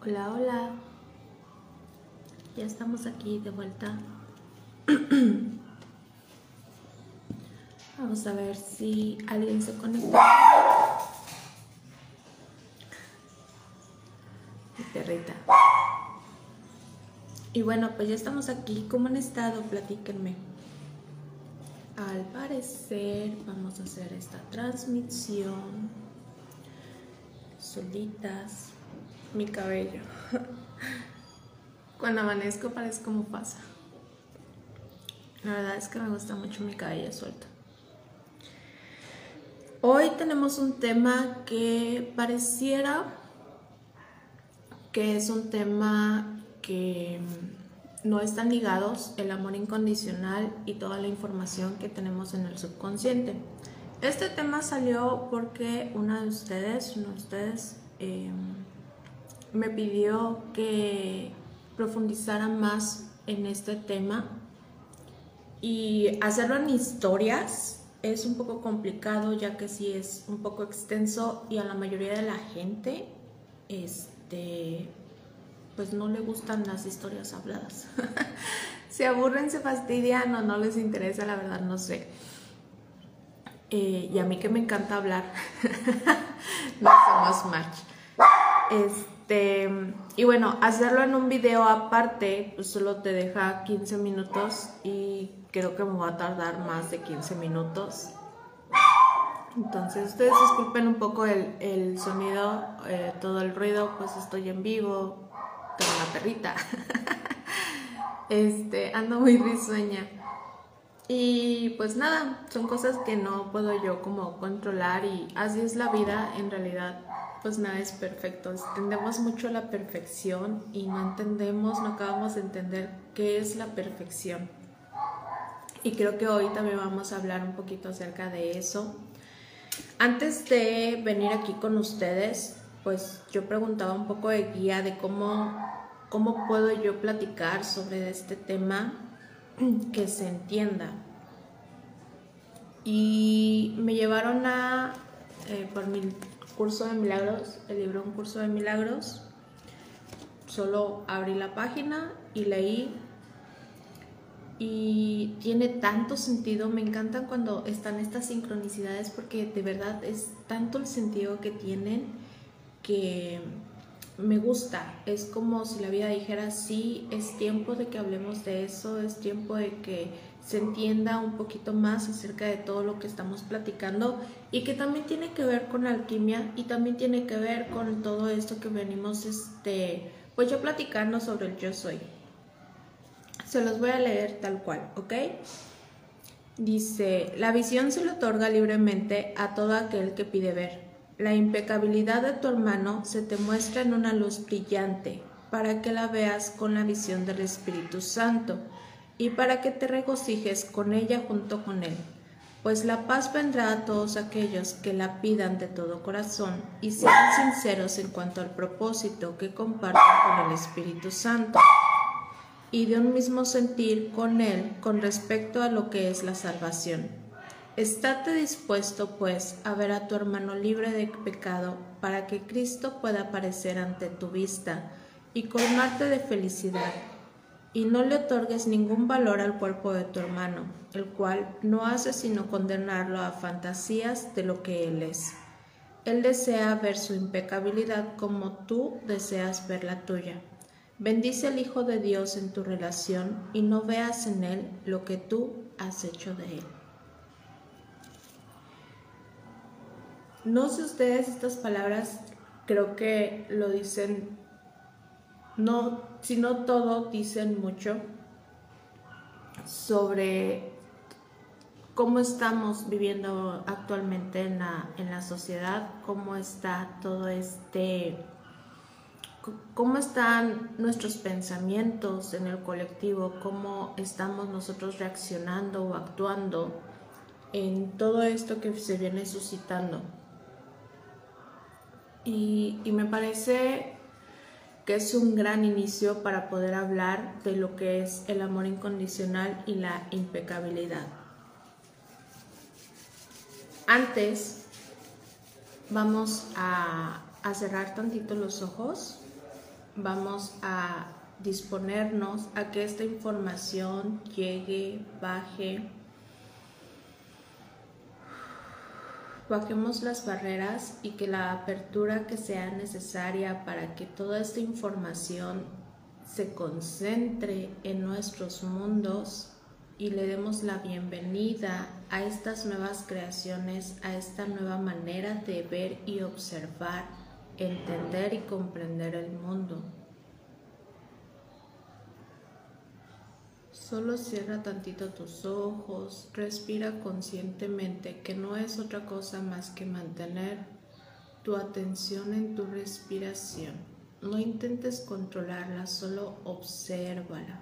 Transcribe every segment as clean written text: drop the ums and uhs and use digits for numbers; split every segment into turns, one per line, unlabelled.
Hola, hola. Ya estamos aquí de vuelta. Vamos a ver si alguien se conecta. Mi perrita. Y bueno, pues ya estamos aquí. ¿Cómo han estado? Platíquenme. Al parecer vamos a hacer esta transmisión solitas. Mi cabello. Cuando amanezco parece como pasa. La verdad es que me gusta mucho mi cabello suelto. Hoy tenemos un tema que pareciera que es un tema que no están ligados, el amor incondicional y toda la información que tenemos en el subconsciente. Este tema salió porque uno de ustedes me pidió que profundizara más en este tema, y hacerlo en historias es un poco complicado, ya que sí es un poco extenso y a la mayoría de la gente pues no le gustan las historias habladas. Se aburren, se fastidian o no les interesa, la verdad no sé. Y a mí que me encanta hablar. No somos match. Y bueno, hacerlo en un video aparte pues solo te deja 15 minutos y creo que me va a tardar más de 15 minutos. Entonces ustedes disculpen un poco el sonido, todo el ruido, pues estoy en vivo, tengo una perrita. Ando muy risueña. Y pues nada, son cosas que no puedo yo como controlar, y así es la vida. En realidad pues nada es perfecto. Tendemos mucho a la perfección y no acabamos de entender qué es la perfección. Y creo que hoy también vamos a hablar un poquito acerca de eso. Antes de venir aquí con ustedes, pues yo preguntaba un poco de guía de cómo puedo yo platicar sobre este tema que se entienda. Y me llevaron por mi curso de milagros, el libro Un Curso de Milagros. Solo abrí la página y leí, y tiene tanto sentido. Me encantan cuando están estas sincronicidades, porque de verdad es tanto el sentido que tienen que me gusta. Es como si la vida dijera: sí, es tiempo de que hablemos de eso, es tiempo de que se entienda un poquito más acerca de todo lo que estamos platicando, y que también tiene que ver con alquimia y también tiene que ver con todo esto que venimos pues yo platicando sobre el yo soy. Se los voy a leer tal cual, ¿ok? Dice: la visión se le otorga libremente a todo aquel que pide ver. La impecabilidad de tu hermano se te muestra en una luz brillante, para que la veas con la visión del Espíritu Santo y para que te regocijes con ella junto con él. Pues la paz vendrá a todos aquellos que la pidan de todo corazón y sean sinceros en cuanto al propósito que comparten con el Espíritu Santo, y de un mismo sentir con él con respecto a lo que es la salvación. Estate dispuesto, pues, a ver a tu hermano libre de pecado, para que Cristo pueda aparecer ante tu vista y coronarte de felicidad. Y no le otorgues ningún valor al cuerpo de tu hermano, el cual no hace sino condenarlo a fantasías de lo que él es. Él desea ver su impecabilidad como tú deseas ver la tuya. Bendice al Hijo de Dios en tu relación y no veas en él lo que tú has hecho de él. No sé ustedes, estas palabras creo que lo dicen, no, si no todo, dicen mucho sobre cómo estamos viviendo actualmente en la sociedad, cómo está todo cómo están nuestros pensamientos en el colectivo, cómo estamos nosotros reaccionando o actuando en todo esto que se viene suscitando. Y me parece que es un gran inicio para poder hablar de lo que es el amor incondicional y la impecabilidad. Antes, vamos a cerrar tantito los ojos vamos a disponernos a que esta información llegue, baje. Bajemos las barreras y que la apertura que sea necesaria para que toda esta información se concentre en nuestros mundos y le demos la bienvenida a estas nuevas creaciones, a esta nueva manera de ver y observar, entender y comprender el mundo. Solo cierra tantito tus ojos, respira conscientemente, que no es otra cosa más que mantener tu atención en tu respiración. No intentes controlarla, solo obsérvala.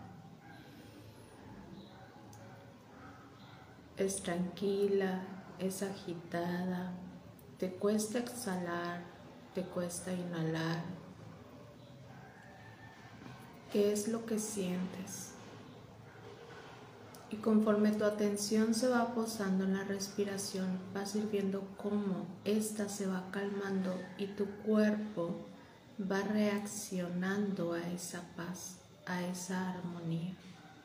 Es tranquila, es agitada, te cuesta exhalar, te cuesta inhalar. ¿Qué es lo que sientes? Y conforme tu atención se va posando en la respiración, vas a ir viendo cómo ésta se va calmando y tu cuerpo va reaccionando a esa paz, a esa armonía.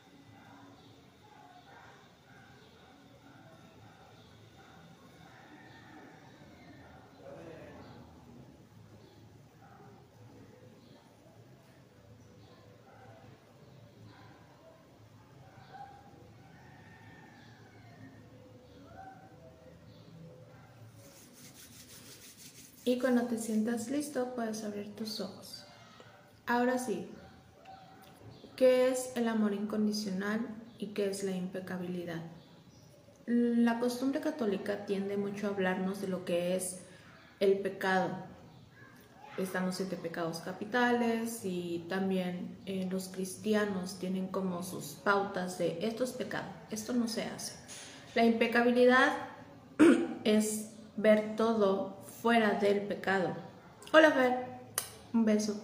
Y cuando te sientas listo, puedes abrir tus ojos. Ahora sí, ¿qué es el amor incondicional y qué es la impecabilidad? La costumbre católica tiende mucho a hablarnos de lo que es el pecado. Están los 7 pecados capitales y también los cristianos tienen como sus pautas de esto es pecado, esto no se hace. La impecabilidad es ver todo fuera del pecado. Hola Fer, un beso.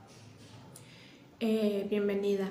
Bienvenida.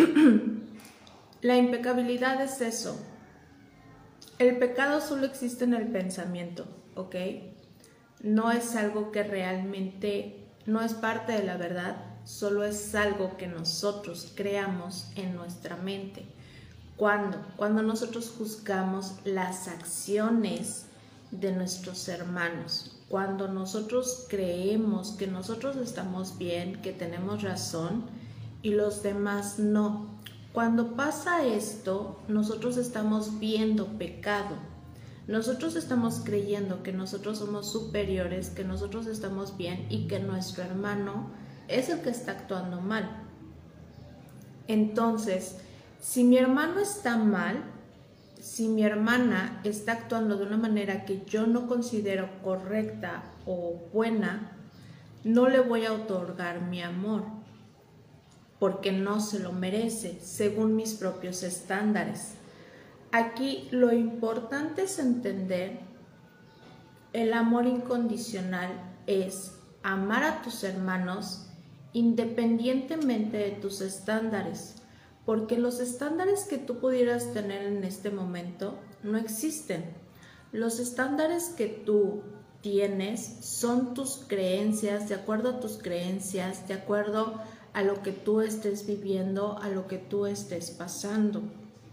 La impecabilidad es eso. El pecado solo existe en el pensamiento, ¿ok? No es algo que realmente no es parte de la verdad, solo es algo que nosotros creamos en nuestra mente. Cuando nosotros juzgamos las acciones de nuestros hermanos, cuando nosotros creemos que nosotros estamos bien, que tenemos razón y los demás no. Cuando pasa esto, nosotros estamos viendo pecado. Nosotros estamos creyendo que nosotros somos superiores, que nosotros estamos bien y que nuestro hermano es el que está actuando mal. Entonces, si mi hermano está mal, si mi hermana está actuando de una manera que yo no considero correcta o buena, no le voy a otorgar mi amor, porque no se lo merece, según mis propios estándares. Aquí lo importante es entender el amor incondicional es amar a tus hermanos independientemente de tus estándares, porque los estándares que tú pudieras tener en este momento no existen. Los estándares que tú tienes son tus creencias, de acuerdo a tus creencias, de acuerdo a lo que tú estés viviendo, a lo que tú estés pasando.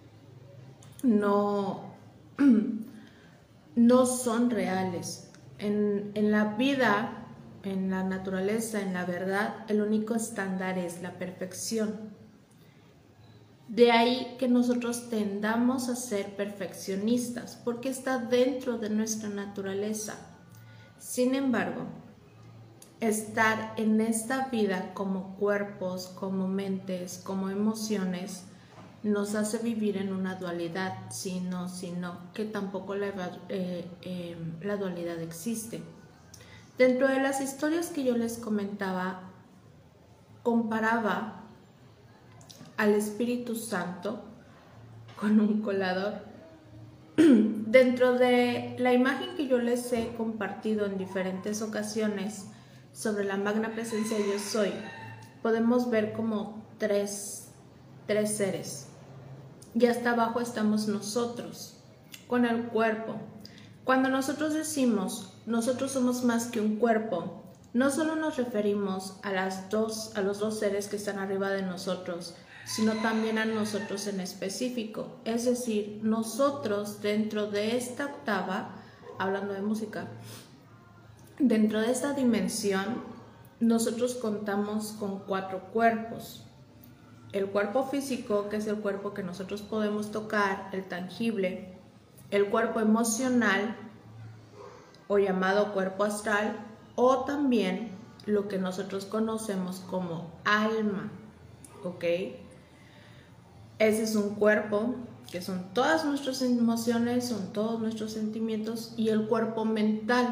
No son reales. En la vida, en la naturaleza, en la verdad, el único estándar es la perfección. De ahí que nosotros tendamos a ser perfeccionistas, porque está dentro de nuestra naturaleza. Sin embargo, estar en esta vida como cuerpos, como mentes, como emociones, nos hace vivir en una dualidad, sino que tampoco la dualidad existe. Dentro de las historias que yo les comentaba, comparaba al Espíritu Santo con un colador. Dentro de la imagen que yo les he compartido en diferentes ocasiones sobre la magna presencia Yo Soy, podemos ver como tres seres. Y hasta abajo estamos nosotros, con el cuerpo. Cuando nosotros decimos, nosotros somos más que un cuerpo, no solo nos referimos a los dos seres que están arriba de nosotros, sino también a nosotros en específico. Es decir, nosotros dentro de esta octava, hablando de música, dentro de esta dimensión, nosotros contamos con 4 cuerpos. El cuerpo físico, que es el cuerpo que nosotros podemos tocar, el tangible. El cuerpo emocional, o llamado cuerpo astral, o también lo que nosotros conocemos como alma, ¿ok? Ese es un cuerpo que son todas nuestras emociones, son todos nuestros sentimientos, y el cuerpo mental.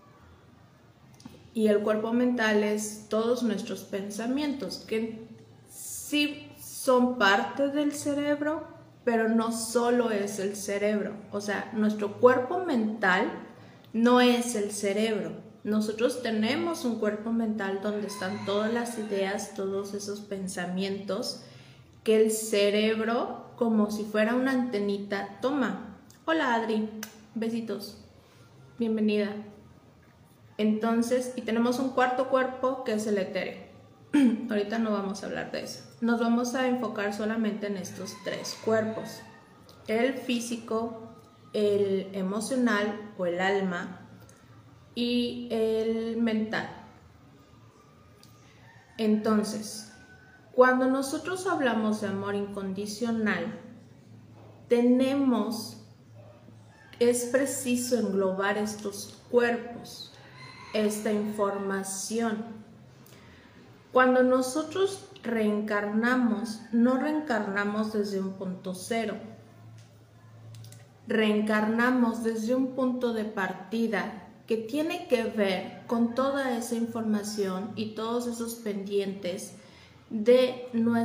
Y el cuerpo mental es todos nuestros pensamientos, que sí son parte del cerebro, pero no solo es el cerebro. O sea, nuestro cuerpo mental no es el cerebro. Nosotros tenemos un cuerpo mental donde están todas las ideas, todos esos pensamientos que el cerebro, como si fuera una antenita, toma. Hola Adri, besitos, bienvenida. Entonces, y tenemos un cuarto cuerpo que es el etéreo. Ahorita no vamos a hablar de eso. Nos vamos a enfocar solamente en estos 3 cuerpos. El físico, el emocional o el alma y el mental. Entonces, cuando nosotros hablamos de amor incondicional, es preciso englobar estos cuerpos, esta información. Cuando nosotros reencarnamos, no reencarnamos desde un punto cero. Reencarnamos desde un punto de partida que tiene que ver con toda esa información y todos esos pendientes de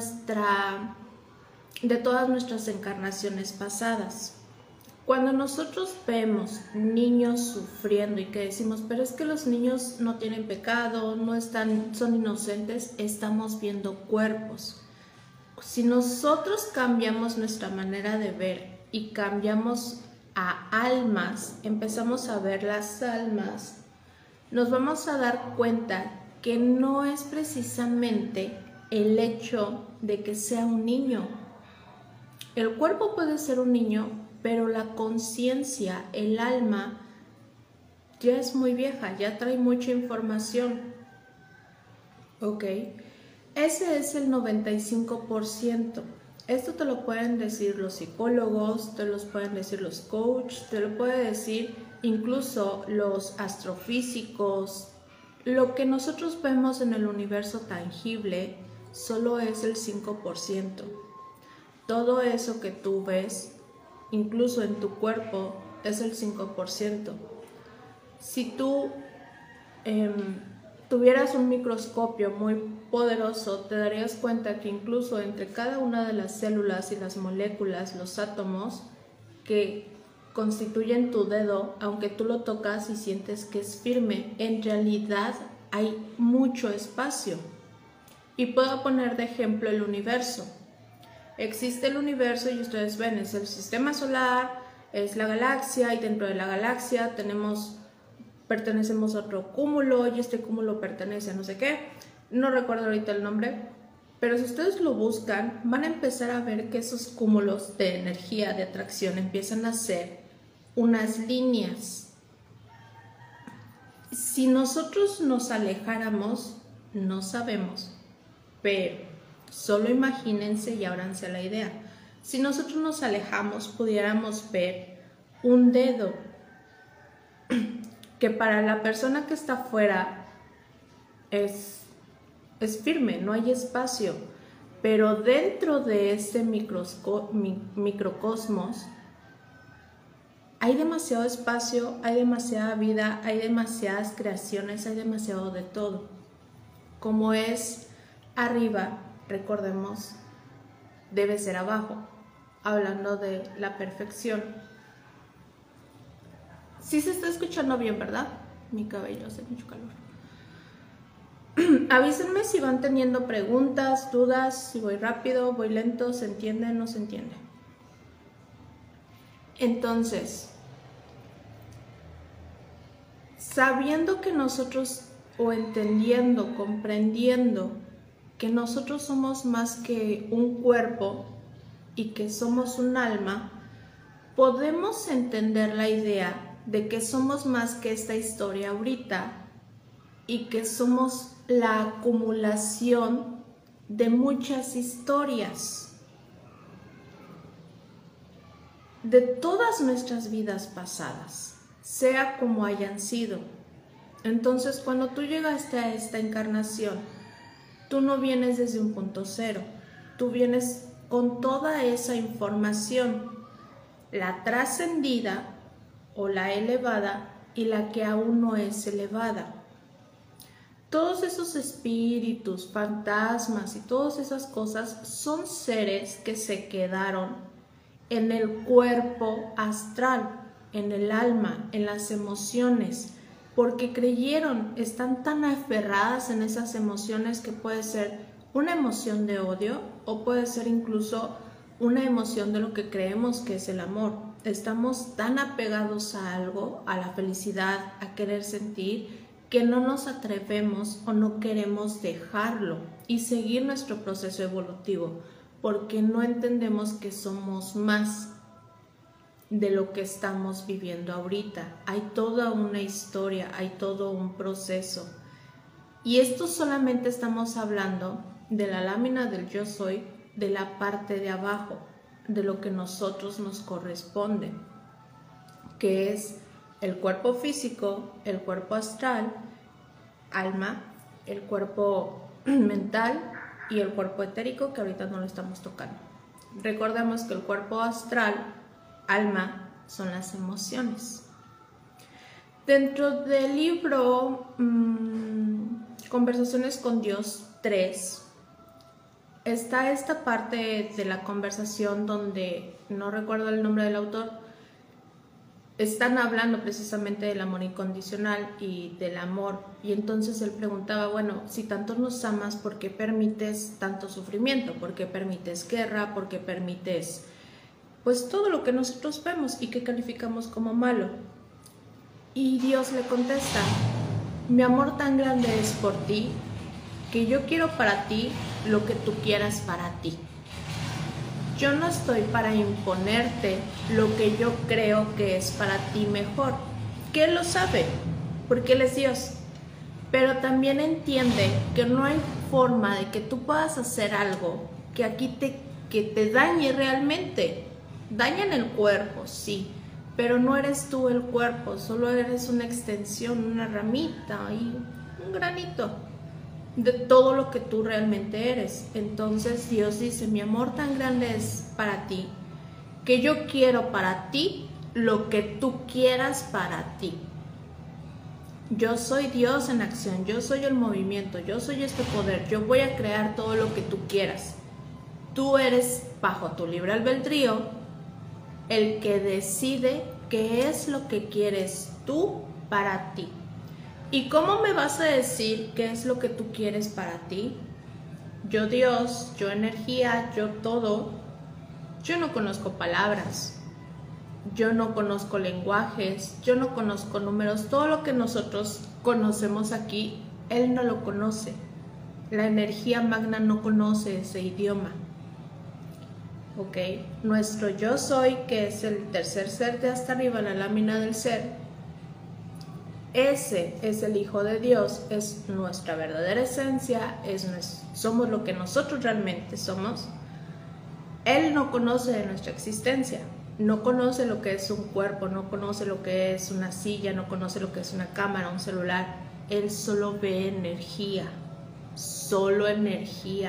todas nuestras encarnaciones pasadas. Cuando nosotros vemos niños sufriendo y que decimos, pero es que los niños no tienen pecado, son inocentes, estamos viendo cuerpos. Si nosotros cambiamos nuestra manera de ver y cambiamos a almas, empezamos a ver las almas, nos vamos a dar cuenta que no es precisamente el hecho de que sea un niño. El cuerpo puede ser un niño, pero la conciencia, el alma, ya es muy vieja, ya trae mucha información. ¿Ok? Ese es el 95%. Esto te lo pueden decir los psicólogos, te lo pueden decir los coaches, te lo pueden decir incluso los astrofísicos. Lo que nosotros vemos en el universo tangible solo es el 5%. Todo eso que tú ves, incluso en tu cuerpo, es el 5%. Si tú tuvieras un microscopio muy poderoso, te darías cuenta que incluso entre cada una de las células y las moléculas, los átomos que constituyen tu dedo, aunque tú lo tocas y sientes que es firme, en realidad hay mucho espacio. Y puedo poner de ejemplo el universo. Existe el universo y ustedes ven, es el sistema solar, es la galaxia, y dentro de la galaxia pertenecemos a otro cúmulo y este cúmulo pertenece a no sé qué, no recuerdo ahorita el nombre, pero si ustedes lo buscan van a empezar a ver que esos cúmulos de energía, de atracción, empiezan a ser unas líneas. Si nosotros nos alejáramos, no sabemos, pero solo imagínense y ábranse a la idea. Si nosotros nos alejamos, pudiéramos ver un dedo que para la persona que está afuera es firme, no hay espacio, pero dentro de ese microcosmos hay demasiado espacio, hay demasiada vida, hay demasiadas creaciones, hay demasiado de todo. Como es arriba, recordemos, debe ser abajo, hablando de la perfección. Sí se está escuchando bien, ¿verdad? Mi cabello hace mucho calor. Avísenme si van teniendo preguntas, dudas, si voy rápido, voy lento, se entiende, no se entiende. Entonces, sabiendo que nosotros o entendiendo, comprendiendo que nosotros somos más que un cuerpo y que somos un alma, podemos entender la idea de que somos más que esta historia ahorita y que somos la acumulación de muchas historias, de todas nuestras vidas pasadas, sea como hayan sido. Entonces, cuando tú llegaste a esta encarnación, tú no vienes desde un punto cero, tú vienes con toda esa información, la trascendida o la elevada y la que aún no es elevada. Todos esos espíritus, fantasmas y todas esas cosas son seres que se quedaron en el cuerpo astral, en el alma, en las emociones, porque creyeron, están tan aferradas en esas emociones que puede ser una emoción de odio o puede ser incluso una emoción de lo que creemos que es el amor. Estamos tan apegados a algo, a la felicidad, a querer sentir, que no nos atrevemos o no queremos dejarlo y seguir nuestro proceso evolutivo, porque no entendemos que somos más de lo que estamos viviendo ahorita. Hay toda una historia, hay todo un proceso. Y esto solamente estamos hablando de la lámina del yo soy, de la parte de abajo, de lo que nosotros nos corresponde, que es el cuerpo físico, el cuerpo astral, alma, el cuerpo mental y el cuerpo etérico, que ahorita no lo estamos tocando. Recordemos que el cuerpo astral, alma, son las emociones. Dentro del libro Conversaciones con Dios 3, está esta parte de la conversación donde, no recuerdo el nombre del autor, están hablando precisamente del amor incondicional y del amor, y entonces él preguntaba, bueno, si tanto nos amas, ¿por qué permites tanto sufrimiento? ¿Por qué permites guerra? ¿Por qué permites pues todo lo que nosotros vemos y que calificamos como malo? Y Dios le contesta, mi amor tan grande es por ti, que yo quiero para ti lo que tú quieras para ti. Yo no estoy para imponerte lo que yo creo que es para ti mejor, que Él lo sabe, porque Él es Dios. Pero también entiende que no hay forma de que tú puedas hacer algo que te dañe realmente. Daña en el cuerpo, sí, pero no eres tú el cuerpo, solo eres una extensión, una ramita y un granito de todo lo que tú realmente eres. Entonces Dios dice, mi amor tan grande es para ti, que yo quiero para ti lo que tú quieras para ti. Yo soy Dios en acción, yo soy el movimiento, yo soy este poder, yo voy a crear todo lo que tú quieras. Tú eres, bajo tu libre albedrío, el que decide qué es lo que quieres tú para ti. ¿Y cómo me vas a decir qué es lo que tú quieres para ti? Yo Dios, yo energía, yo todo. Yo no conozco palabras, yo no conozco lenguajes, yo no conozco números. Todo lo que nosotros conocemos aquí, Él no lo conoce. La energía magna no conoce ese idioma. ¿Ok? Nuestro yo soy, que es el tercer ser de hasta arriba, la lámina del ser, ese es el Hijo de Dios, es nuestra verdadera esencia, somos lo que nosotros realmente somos. Él no conoce de nuestra existencia, no conoce lo que es un cuerpo, no conoce lo que es una silla, no conoce lo que es una cámara, un celular. Él solo ve energía, solo energía.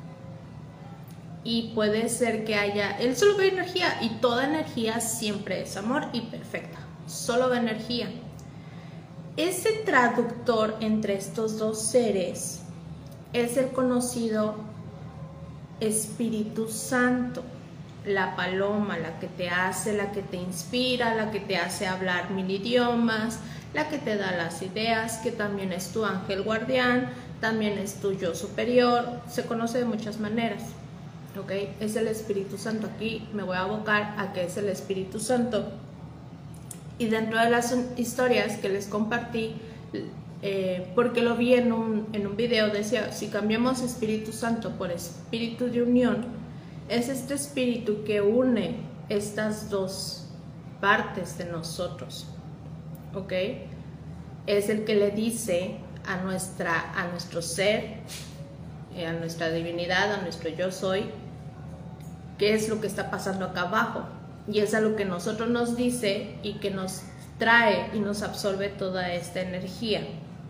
Y puede ser que él solo ve energía, y toda energía siempre es amor y perfecta, solo ve energía. Ese traductor entre estos dos seres es el conocido Espíritu Santo, la paloma, la que te inspira, la que te hace hablar 1000 idiomas, la que te da las ideas, que también es tu ángel guardián, también es tu yo superior, se conoce de muchas maneras, ¿ok? Es el Espíritu Santo. Aquí me voy a abocar a que es el Espíritu Santo. Y dentro de las historias que les compartí, porque lo vi en un video, decía, si cambiamos Espíritu Santo por Espíritu de unión, es este espíritu que une estas dos partes de nosotros, ¿ok? Es el que le dice a nuestro ser, a nuestra divinidad, a nuestro yo soy, qué es lo que está pasando acá abajo, y es a lo que nosotros nos dice y que nos trae y nos absorbe toda esta energía.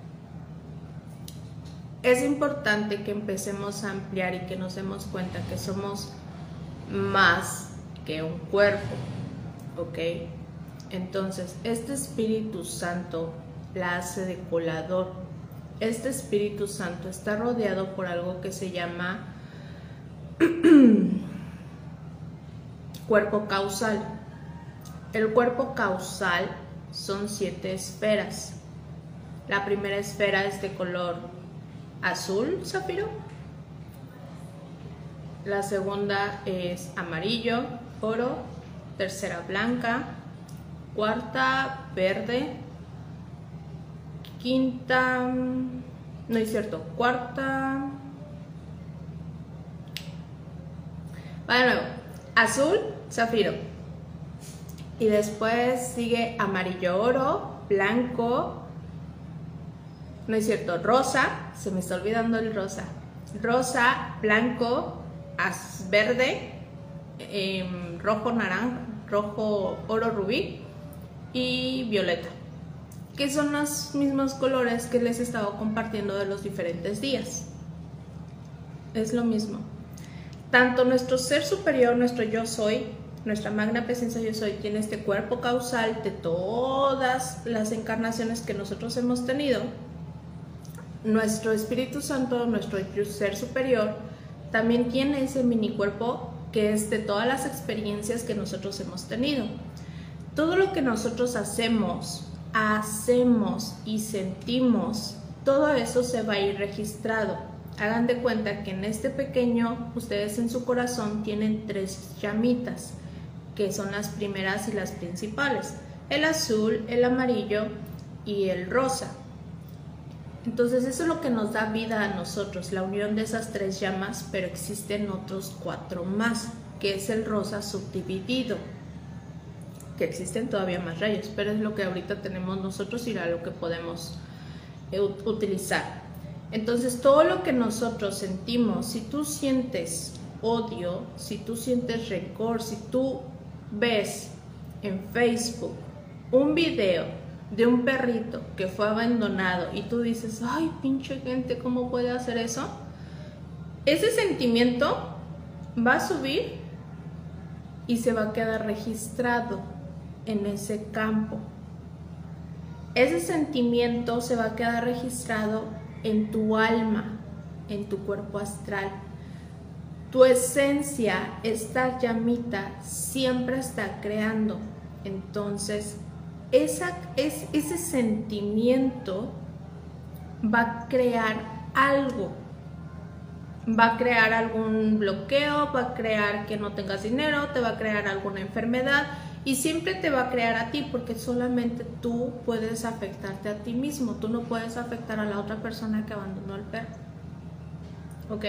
Es importante que empecemos a ampliar y que nos demos cuenta que somos más que un cuerpo, ¿ok? Entonces, este Espíritu Santo la hace de colador. Este Espíritu Santo está rodeado por algo que se llama cuerpo causal. El cuerpo causal son 7 esferas. La primera esfera es de color azul zafiro. La segunda es amarillo oro. Tercera blanca. Cuarta verde. Quinta, no es cierto, cuarta, va de nuevo, azul zafiro. Y después sigue amarillo oro, blanco, no es cierto, rosa, se me está olvidando el rosa, rosa, blanco, verde, rojo naranja, rojo oro rubí y violeta, que son los mismos colores que les he estado compartiendo de los diferentes días. Es lo mismo. Tanto nuestro ser superior, nuestro yo soy, nuestra magna presencia yo soy, tiene este cuerpo causal de todas las encarnaciones que nosotros hemos tenido. Nuestro Espíritu Santo, nuestro ser superior, también tiene ese mini cuerpo que es de todas las experiencias que nosotros hemos tenido. Todo lo que nosotros hacemos y sentimos, todo eso se va a ir registrado. Hagan de cuenta que en este pequeño, ustedes en su corazón tienen 3 llamitas, que son las primeras y las principales: el azul, el amarillo y el rosa. Entonces eso es lo que nos da vida a nosotros, la unión de esas 3 llamas, pero existen otros 4 más, que es el rosa subdividido, que existen todavía más rayos, pero es lo que ahorita tenemos nosotros y a lo que podemos utilizar. Entonces todo lo que nosotros sentimos, si tú sientes odio, si tú sientes rencor, si tú ves en Facebook un video de un perrito que fue abandonado y tú dices, ay, pinche gente, ¿cómo puede hacer eso? Ese sentimiento va a subir y se va a quedar registrado en ese campo. Ese sentimiento se va a quedar registrado en tu alma, en tu cuerpo astral. Tu esencia, esta llamita, siempre está creando. Entonces, ese sentimiento va a crear algo. Va a crear algún bloqueo, va a crear que no tengas dinero, te va a crear alguna enfermedad. Y siempre te va a crear a ti, porque solamente tú puedes afectarte a ti mismo. Tú no puedes afectar a la otra persona que abandonó al perro. ¿Ok?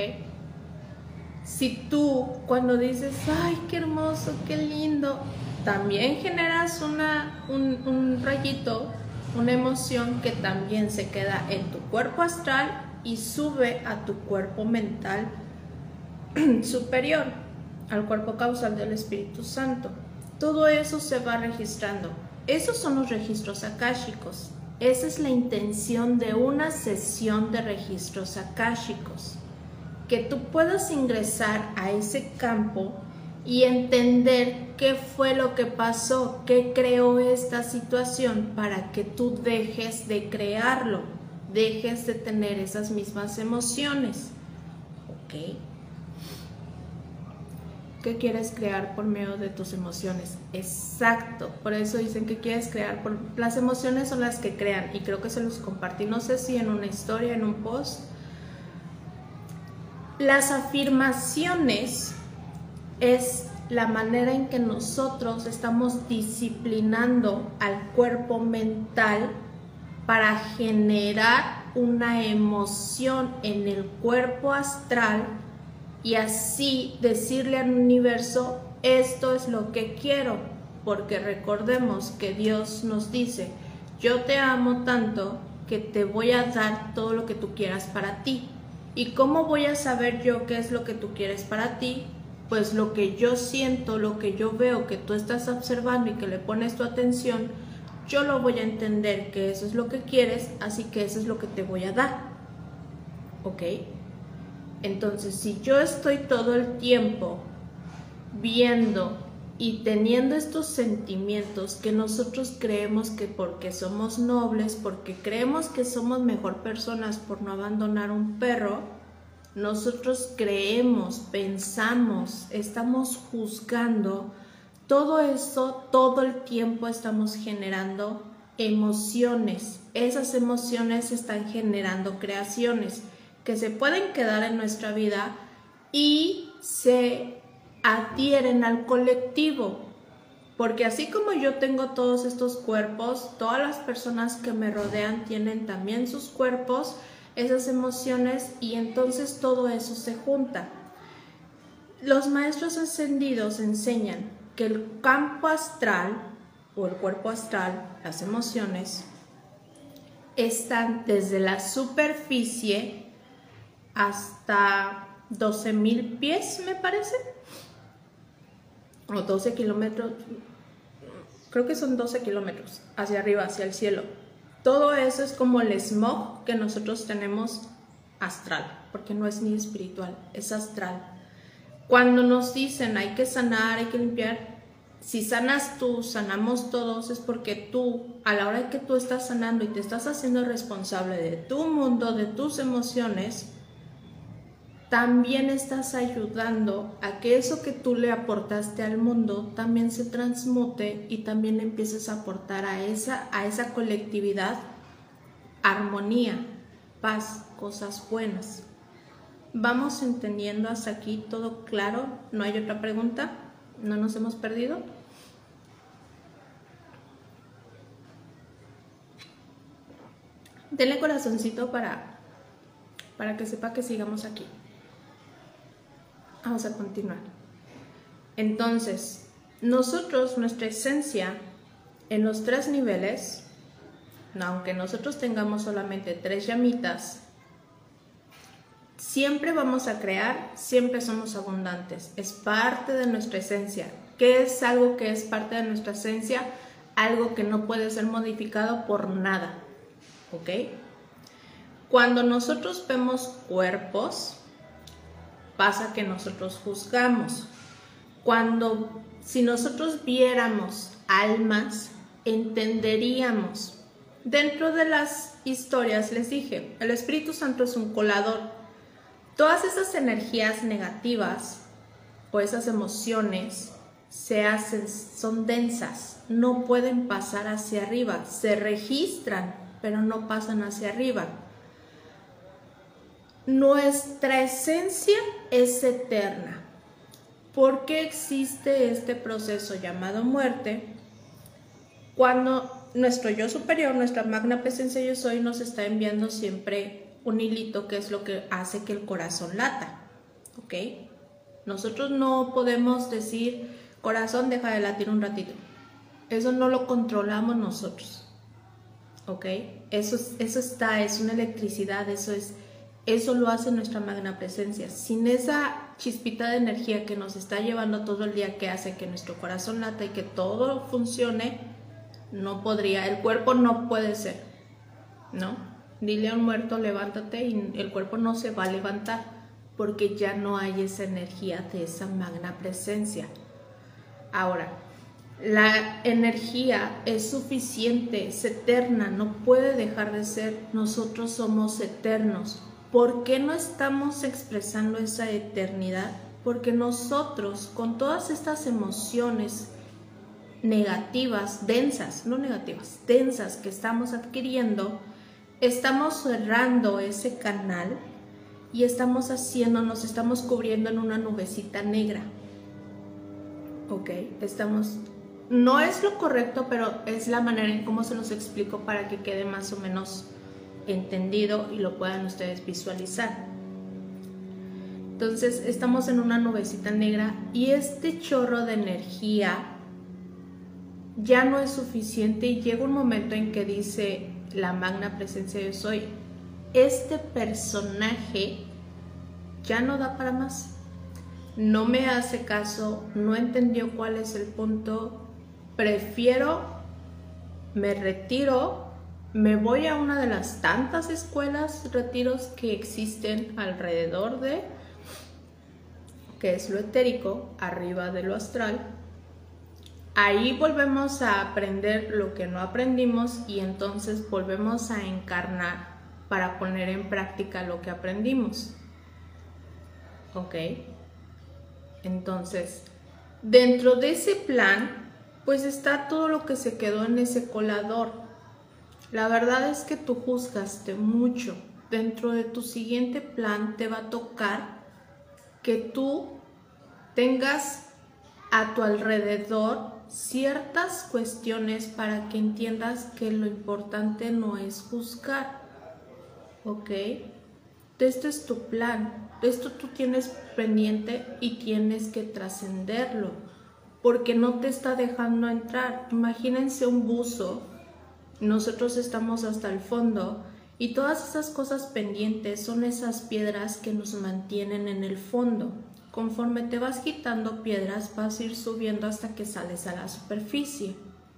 Si tú, cuando dices, ay, qué hermoso, qué lindo, también generas un rayito, una emoción que también se queda en tu cuerpo astral y sube a tu cuerpo mental superior, al cuerpo causal del Espíritu Santo. Todo eso se va registrando. Esos son los registros akáshicos. Esa es la intención de una sesión de registros akáshicos. Que tú puedas ingresar a ese campo y entender qué fue lo que pasó, qué creó esta situación, para que tú dejes de crearlo, dejes de tener esas mismas emociones. ¿Ok? ¿Qué quieres crear por medio de tus emociones? Exacto, por eso dicen que quieres crear, las emociones son las que crean, y creo que se los compartí, no sé si en una historia, en un post. Las afirmaciones es la manera en que nosotros estamos disciplinando al cuerpo mental para generar una emoción en el cuerpo astral y así decirle al universo, esto es lo que quiero, porque recordemos que Dios nos dice, yo te amo tanto que te voy a dar todo lo que tú quieras para ti. ¿Y cómo voy a saber yo qué es lo que tú quieres para ti? Pues lo que yo siento, lo que yo veo que tú estás observando y que le pones tu atención, yo lo voy a entender que eso es lo que quieres, así que eso es lo que te voy a dar. ¿Ok? Entonces, si yo estoy todo el tiempo viendo y teniendo estos sentimientos que nosotros creemos que porque somos nobles, porque creemos que somos mejor personas por no abandonar un perro, nosotros creemos, pensamos, estamos juzgando, todo eso, todo el tiempo estamos generando emociones. Esas emociones están generando creaciones que se pueden quedar en nuestra vida y se adhieren al colectivo, porque así como yo tengo todos estos cuerpos, todas las personas que me rodean tienen también sus cuerpos, esas emociones, y entonces todo eso se junta. Los maestros ascendidos enseñan que el campo astral o el cuerpo astral, las emociones, están desde la superficie hasta 12,000 pies, me parece, o 12 kilómetros, creo que son 12 kilómetros hacia arriba, hacia el cielo. Todo eso es como el smog que nosotros tenemos astral, porque no es ni espiritual, es astral. Cuando nos dicen hay que sanar, hay que limpiar, si sanas tú, sanamos todos, es porque tú, a la hora que tú estás sanando y te estás haciendo responsable de tu mundo, de tus emociones, también estás ayudando a que eso que tú le aportaste al mundo también se transmute y también empieces a aportar a esa colectividad armonía, paz, cosas buenas. ¿Vamos entendiendo hasta aquí todo claro? ¿No hay otra pregunta? ¿No nos hemos perdido? Denle corazoncito para que sepa que sigamos aquí. Vamos a continuar. Entonces, nosotros, nuestra esencia, en los 3 niveles, aunque nosotros tengamos solamente 3 llamitas, siempre vamos a crear, siempre somos abundantes. Es parte de nuestra esencia. ¿Qué es algo que es parte de nuestra esencia? Algo que no puede ser modificado por nada. ¿Ok? Cuando nosotros vemos cuerpos, pasa que nosotros juzgamos. Si nosotros viéramos almas, entenderíamos. Dentro de las historias les dije, el Espíritu Santo es un colador. Todas esas energías negativas o esas emociones son densas, no pueden pasar hacia arriba, se registran, pero no pasan hacia arriba. Nuestra esencia es eterna. ¿Por qué existe este proceso llamado muerte? Cuando nuestro yo superior, nuestra magna presencia yo soy, nos está enviando siempre un hilito que es lo que hace que el corazón lata. ¿Ok? Nosotros no podemos decir, corazón, deja de latir un ratito. Eso no lo controlamos nosotros. ¿Ok? Eso es una electricidad, eso lo hace nuestra magna presencia. Sin esa chispita de energía que nos está llevando todo el día, que hace que nuestro corazón lata y que todo funcione, no podría, el cuerpo no puede ser, ¿no? Dile a un muerto, levántate, y el cuerpo no se va a levantar, porque ya no hay esa energía de esa magna presencia. Ahora, la energía es suficiente, es eterna, no puede dejar de ser. Nosotros somos eternos. ¿Por qué no estamos expresando esa eternidad? Porque nosotros, con todas estas emociones negativas, densas, no negativas, densas que estamos adquiriendo, estamos cerrando ese canal y nos estamos cubriendo en una nubecita negra. ¿Ok? No es lo correcto, pero es la manera en cómo se los explico para que quede más o menos entendido y lo puedan ustedes visualizar. Entonces estamos en una nubecita negra y este chorro de energía ya no es suficiente y llega un momento en que dice la magna presencia yo soy, este personaje ya no da para más, no me hace caso, no entendió cuál es el punto, prefiero, me retiro, me voy a una de las tantas escuelas, retiros que existen alrededor de, que es lo etérico, arriba de lo astral. Ahí volvemos a aprender lo que no aprendimos y entonces volvemos a encarnar para poner en práctica lo que aprendimos. ¿Ok? Entonces, dentro de ese plan, pues está todo lo que se quedó en ese colador. La verdad es que tú juzgaste mucho. Dentro de tu siguiente plan te va a tocar que tú tengas a tu alrededor ciertas cuestiones para que entiendas que lo importante no es juzgar, ¿ok? Esto es tu plan, esto tú tienes pendiente y tienes que trascenderlo, porque no te está dejando entrar. Imagínense un buzo, nosotros estamos hasta el fondo y todas esas cosas pendientes son esas piedras que nos mantienen en el fondo. Conforme te vas quitando piedras, vas a ir subiendo hasta que sales a la superficie.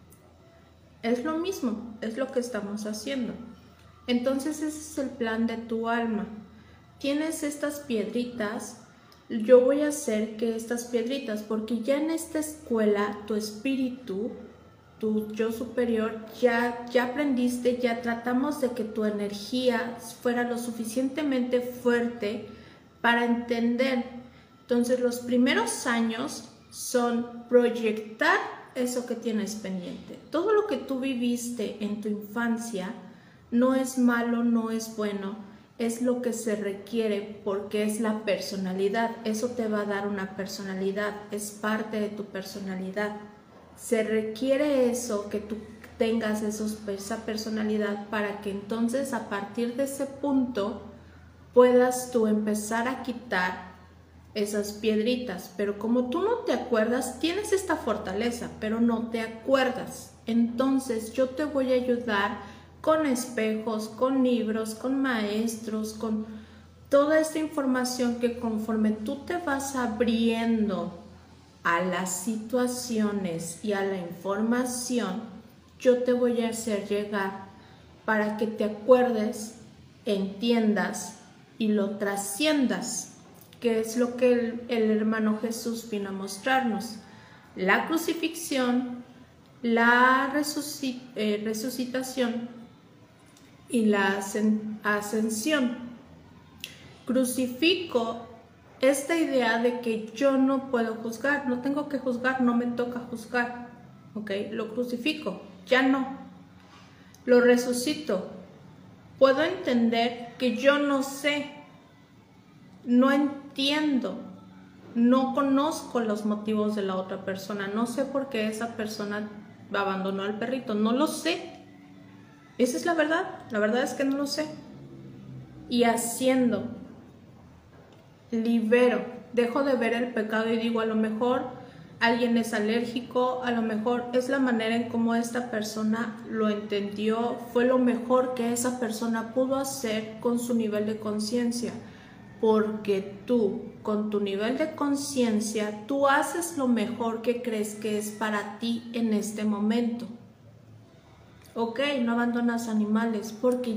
Es lo mismo, es lo que estamos haciendo. Entonces ese es el plan de tu alma. Tienes estas piedritas, yo voy a hacer que estas piedritas, porque ya en esta escuela tu espíritu, tu yo superior, ya aprendiste, ya tratamos de que tu energía fuera lo suficientemente fuerte para entender. Entonces los primeros años son proyectar eso que tienes pendiente. Todo lo que tú viviste en tu infancia no es malo, no es bueno, es lo que se requiere porque es la personalidad. Eso te va a dar una personalidad, es parte de tu personalidad. Se requiere eso, que tú tengas esa personalidad para que entonces a partir de ese punto puedas tú empezar a quitar esas piedritas, pero como tú no te acuerdas, tienes esta fortaleza, pero no te acuerdas. Entonces yo te voy a ayudar con espejos, con libros, con maestros, con toda esta información que conforme tú te vas abriendo a las situaciones y a la información, yo te voy a hacer llegar para que te acuerdes, entiendas y lo trasciendas, que es lo que el hermano Jesús vino a mostrarnos. La crucifixión, la resucitación y la ascensión. Crucifico esta idea de que yo no puedo juzgar, no tengo que juzgar, no me toca juzgar, ¿ok? Lo crucifico, ya no. Lo resucito. Puedo entender que yo no sé, no entiendo, no conozco los motivos de la otra persona, no sé por qué esa persona abandonó al perrito, no lo sé. Esa es la verdad es que no lo sé. Y haciendo, libero, dejo de ver el pecado y digo, a lo mejor alguien es alérgico, a lo mejor es la manera en cómo esta persona lo entendió, fue lo mejor que esa persona pudo hacer con su nivel de conciencia. Porque tú, con tu nivel de conciencia, tú haces lo mejor que crees que es para ti en este momento. Ok, no abandonas animales porque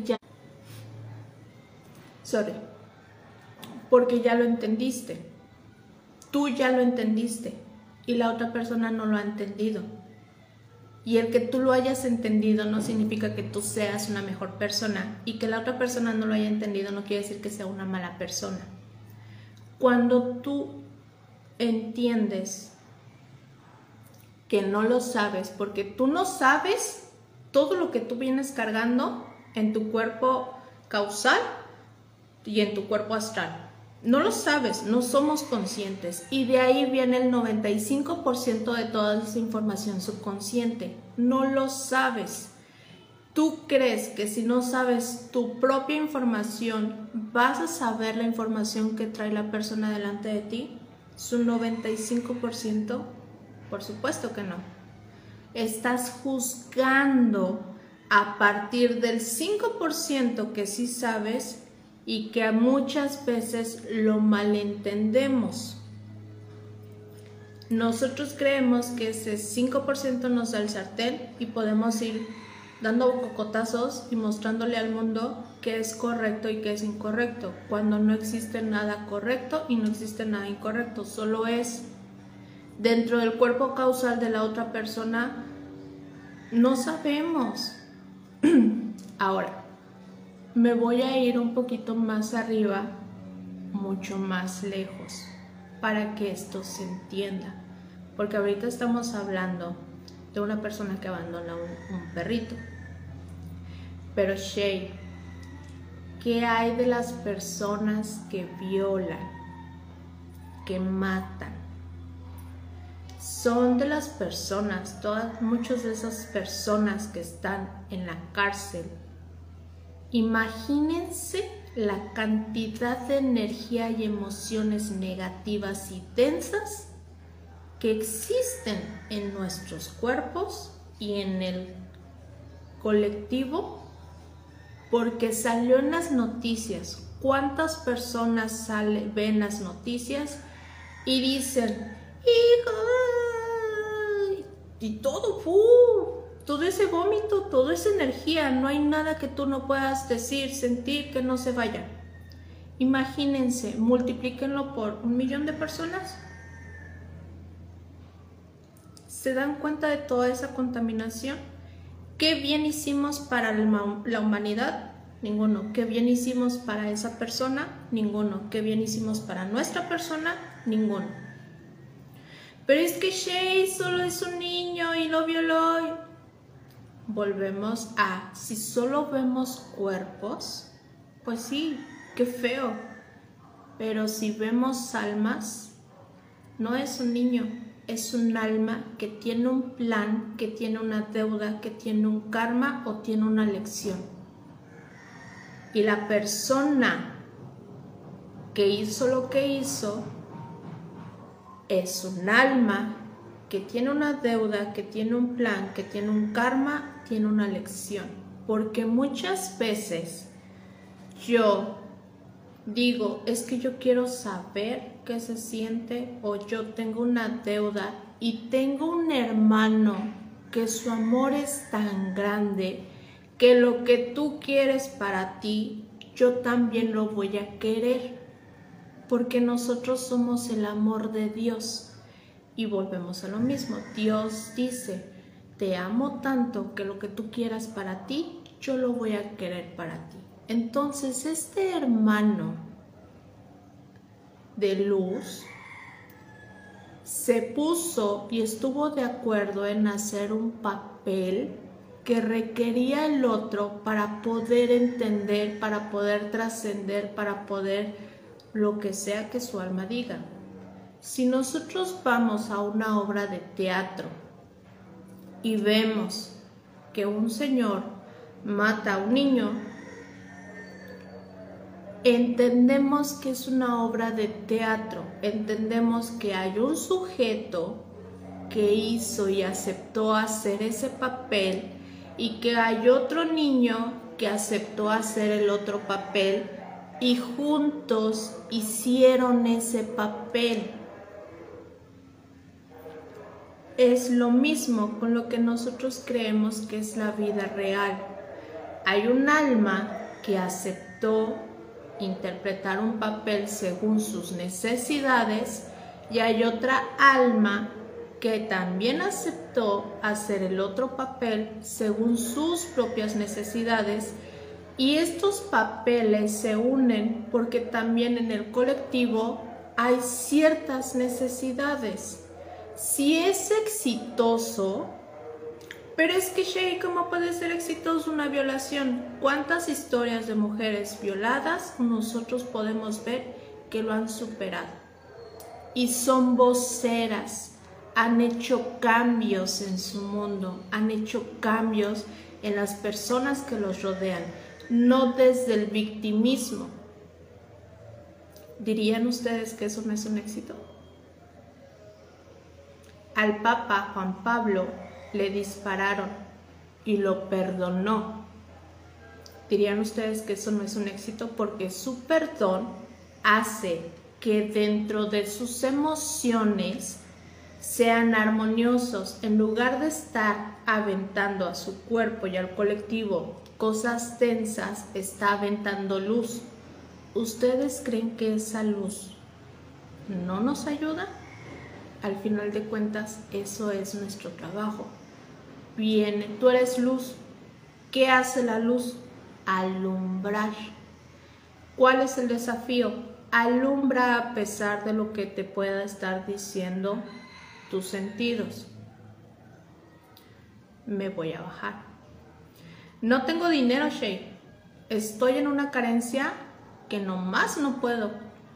porque ya lo entendiste. Tú ya lo entendiste y la otra persona no lo ha entendido. Y el que tú lo hayas entendido no significa que tú seas una mejor persona, y que la otra persona no lo haya entendido no quiere decir que sea una mala persona. Cuando tú entiendes que no lo sabes, porque tú no sabes todo lo que tú vienes cargando en tu cuerpo causal y en tu cuerpo astral. No lo sabes, no somos conscientes. Y de ahí viene el 95% de toda esa información subconsciente. No lo sabes. ¿Tú crees que si no sabes tu propia información, vas a saber la información que trae la persona delante de ti? ¿Su 95%? Por supuesto que no. Estás juzgando a partir del 5% que sí sabes y que muchas veces lo malentendemos. Nosotros creemos que ese 5% nos da el sartén y podemos ir dando cocotazos y mostrándole al mundo qué es correcto y qué es incorrecto, cuando no existe nada correcto y no existe nada incorrecto, solo es dentro del cuerpo causal de la otra persona. No sabemos. Ahora, me voy a ir un poquito más arriba, mucho más lejos, para que esto se entienda, porque ahorita estamos hablando de una persona que abandona un perrito. Pero Shay, ¿qué hay de las personas que violan, que matan? Son de las personas, muchas de esas personas que están en la cárcel. Imagínense la cantidad de energía y emociones negativas y densas que existen en nuestros cuerpos y en el colectivo, porque salió en las noticias. ¿Cuántas personas ven las noticias y dicen, hijo, y todo, todo ese vómito, toda esa energía, no hay nada que tú no puedas decir, sentir, que no se vaya? Imagínense, multiplíquenlo por 1.000.000 de personas. ¿Se dan cuenta de toda esa contaminación? ¿Qué bien hicimos para la humanidad? Ninguno. ¿Qué bien hicimos para esa persona? Ninguno. ¿Qué bien hicimos para nuestra persona? Ninguno. Pero es que Shay solo es un niño y lo violó. Volvemos a, si solo vemos cuerpos, pues sí, qué feo. Pero si vemos almas, no es un niño. Es un alma que tiene un plan, que tiene una deuda, que tiene un karma o tiene una lección. Y la persona que hizo lo que hizo es un alma que tiene una deuda, que tiene un plan, que tiene un karma, tiene una lección. Porque muchas veces yo digo, es que yo quiero saber qué se siente, o yo tengo una deuda y tengo un hermano que su amor es tan grande que lo que tú quieres para ti, yo también lo voy a querer, porque nosotros somos el amor de Dios. Y volvemos a lo mismo, Dios dice, te amo tanto que lo que tú quieras para ti, yo lo voy a querer para ti. Entonces este hermano de luz se puso y estuvo de acuerdo en hacer un papel que requería el otro para poder entender, para poder trascender, para poder lo que sea que su alma diga. Si nosotros vamos a una obra de teatro y vemos que un señor mata a un niño, entendemos que es una obra de teatro, entendemos que hay un sujeto que hizo y aceptó hacer ese papel y que hay otro niño que aceptó hacer el otro papel y juntos hicieron ese papel. Es lo mismo con lo que nosotros creemos que es la vida real. Hay un alma que aceptó interpretar un papel según sus necesidades y hay otra alma que también aceptó hacer el otro papel según sus propias necesidades, y estos papeles se unen porque también en el colectivo hay ciertas necesidades. Si es exitoso, pero es que Shay, ¿cómo puede ser exitoso una violación? ¿Cuántas historias de mujeres violadas nosotros podemos ver que lo han superado y son voceras, han hecho cambios en su mundo, han hecho cambios en las personas que los rodean, no desde el victimismo. ¿Dirían ustedes que eso no es un éxito? Al Papa Juan Pablo le dispararon y lo perdonó. ¿Dirían ustedes que eso no es un éxito? Porque su perdón hace que dentro de sus emociones sean armoniosos. En lugar de estar aventando a su cuerpo y al colectivo cosas tensas, está aventando luz. ¿Ustedes creen que esa luz no nos ayuda? Al final de cuentas, eso es nuestro trabajo. Viene, tú eres luz. ¿Qué hace la luz? Alumbrar. ¿Cuál es el desafío? Alumbra a pesar de lo que te pueda estar diciendo tus sentidos. Me voy a bajar. No tengo dinero, Shay. Estoy en una carencia que nomás no puedo.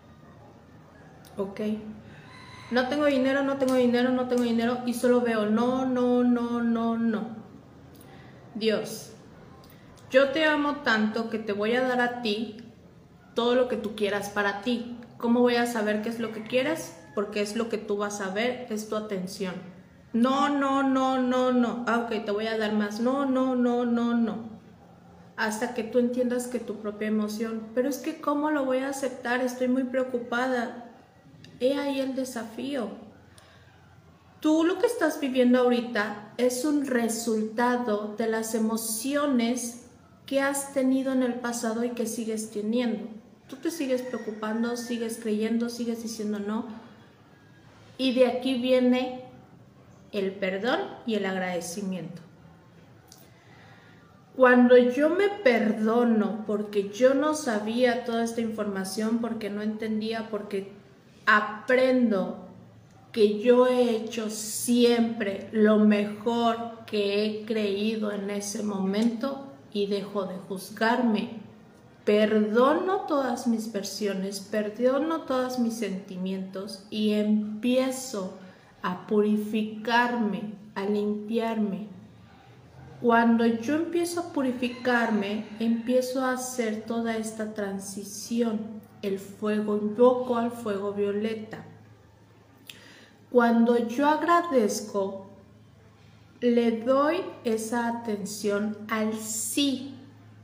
Ok. No tengo dinero, no tengo dinero, no tengo dinero y solo veo no, no, no, no, no. Dios, yo te amo tanto que te voy a dar a ti todo lo que tú quieras para ti. ¿Cómo voy a saber qué es lo que quieres? Porque es lo que tú vas a ver, es tu atención. No, no, no, no, no. Ah, ok, te voy a dar más. No, no, no, no, no. Hasta que tú entiendas que tu propia emoción. Pero es que ¿cómo lo voy a aceptar? Estoy muy preocupada. He ahí el desafío. Tú lo que estás viviendo ahorita es un resultado de las emociones que has tenido en el pasado y que sigues teniendo. Tú te sigues preocupando, sigues creyendo, sigues diciendo no. Y de aquí viene el perdón y el agradecimiento. Cuando yo me perdono porque yo no sabía toda esta información, porque no entendía, porque aprendo que yo he hecho siempre lo mejor que he creído en ese momento y dejo de juzgarme, perdono todas mis versiones, perdono todos mis sentimientos y empiezo a purificarme, a limpiarme. Cuando yo empiezo a purificarme, empiezo a hacer toda esta transición. El fuego, invoco al fuego violeta. Cuando yo agradezco, le doy esa atención al sí.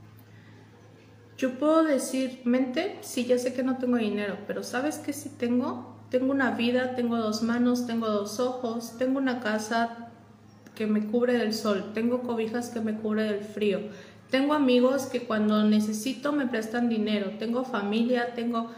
Yo puedo decir, mente, sí, ya sé que no tengo dinero, pero ¿sabes qué sí tengo? Tengo una vida, tengo 2 manos, tengo 2 ojos, tengo una casa que me cubre del sol, tengo cobijas que me cubre del frío, tengo amigos que cuando necesito me prestan dinero, tengo familia, tengo,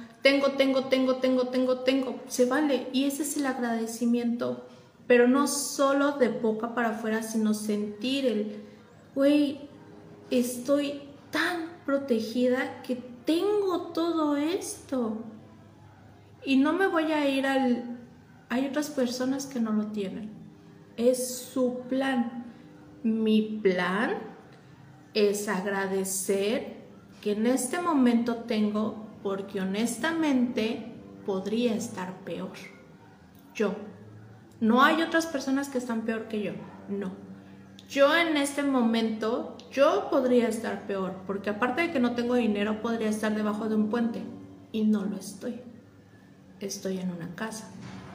se vale. Y ese es el agradecimiento, pero no solo de boca para afuera, sino sentir el, güey, estoy tan protegida que tengo todo esto. Y no me voy a ir hay otras personas que no lo tienen. Es su plan. Mi plan es agradecer que en este momento tengo, porque honestamente podría estar peor. Yo. No hay otras personas que están peor que yo. No. Yo en este momento, yo podría estar peor, porque aparte de que no tengo dinero, podría estar debajo de un puente. Y no lo estoy. Estoy en una casa.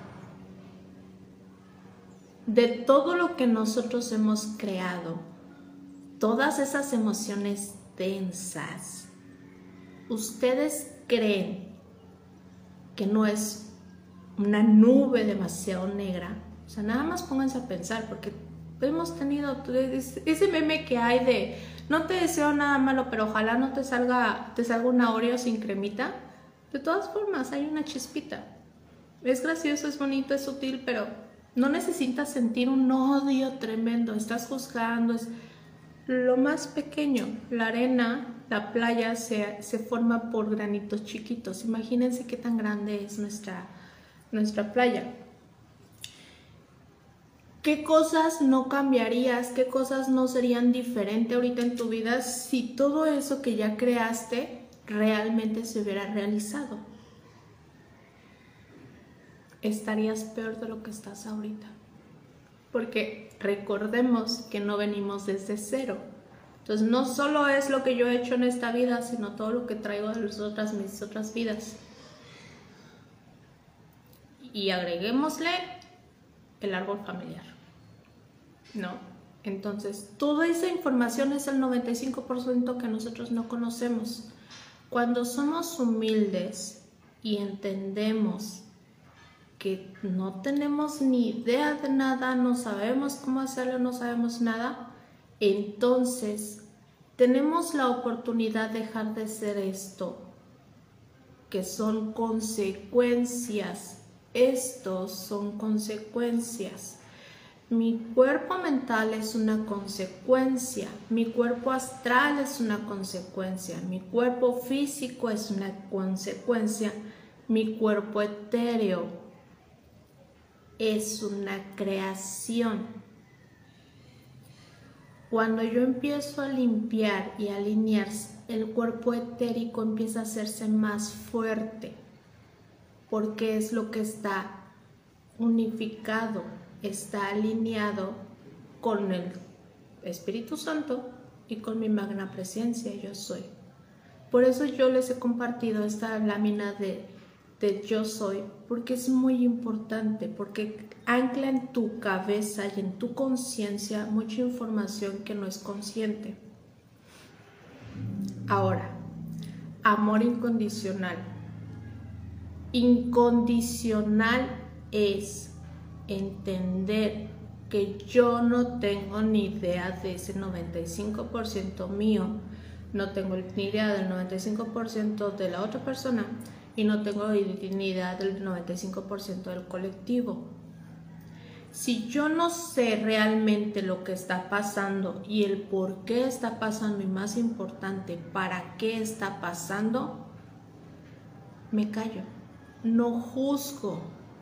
De todo lo que nosotros hemos creado, todas esas emociones densas, ¿ustedes creen que no es una nube demasiado negra? O sea, nada más pónganse a pensar, porque hemos tenido ese meme que hay de no te deseo nada malo, pero ojalá no te salga una Oreo sin cremita. De todas formas, hay una chispita. Es gracioso, es bonito, es sutil, pero no necesitas sentir un odio tremendo. Estás juzgando, es lo más pequeño. La arena, la playa se forma por granitos chiquitos. Imagínense qué tan grande es nuestra playa. ¿Qué cosas no cambiarías? ¿Qué cosas no serían diferentes ahorita en tu vida si todo eso que ya creaste realmente se hubiera realizado? estarías peor de lo que estás ahorita. Porque recordemos que no venimos desde cero. Entonces no solo es lo que yo he hecho en esta vida, sino todo lo que traigo de mis otras vidas. Y agreguémosle el árbol familiar, ¿no? Entonces, toda esa información es el 95% que nosotros no conocemos. Cuando somos humildes y entendemos que no tenemos ni idea de nada, no sabemos cómo hacerlo, no sabemos nada, entonces tenemos la oportunidad de dejar de ser esto, que son consecuencias. Estos son consecuencias. Mi cuerpo mental es una consecuencia, mi cuerpo astral es una consecuencia, mi cuerpo físico es una consecuencia, mi cuerpo etéreo es una creación. Cuando yo empiezo a limpiar y a alinear, el cuerpo etérico empieza a hacerse más fuerte, porque es lo que está unificado, está alineado con el Espíritu Santo y con mi magna presencia, yo soy. Por eso yo les he compartido esta lámina de yo soy, porque es muy importante, porque ancla en tu cabeza y en tu conciencia mucha información que no es consciente. Ahora, amor incondicional. Incondicional es entender que yo no tengo ni idea de ese 95% mío, no tengo ni idea del 95% de la otra persona y no tengo ni idea del 95% del colectivo. Si yo no sé realmente lo que está pasando y el por qué está pasando, y más importante, para qué está pasando, me callo, no juzgo.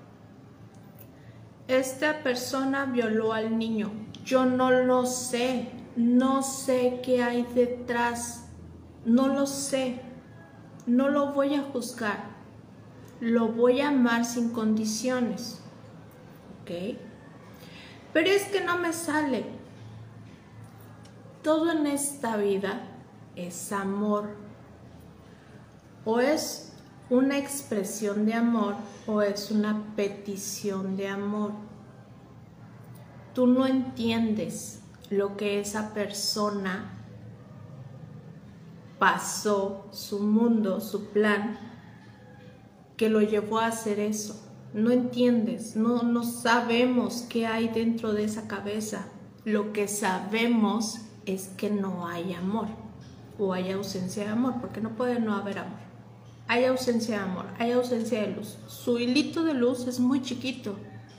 Esta persona violó al niño, yo no lo sé, no sé qué hay detrás, no lo sé, no lo voy a juzgar, lo voy a amar sin condiciones, ¿ok? Pero es que no me sale. Todo en esta vida es amor, o es una expresión de amor o es una petición de amor. Tú no entiendes lo que esa persona pasó, su mundo, su plan, que lo llevó a hacer eso. No entiendes, no sabemos qué hay dentro de esa cabeza. Lo que sabemos es que no hay amor o hay ausencia de amor, porque no puede no haber amor. Hay ausencia de amor, hay ausencia de luz. Su hilito de luz es muy chiquito.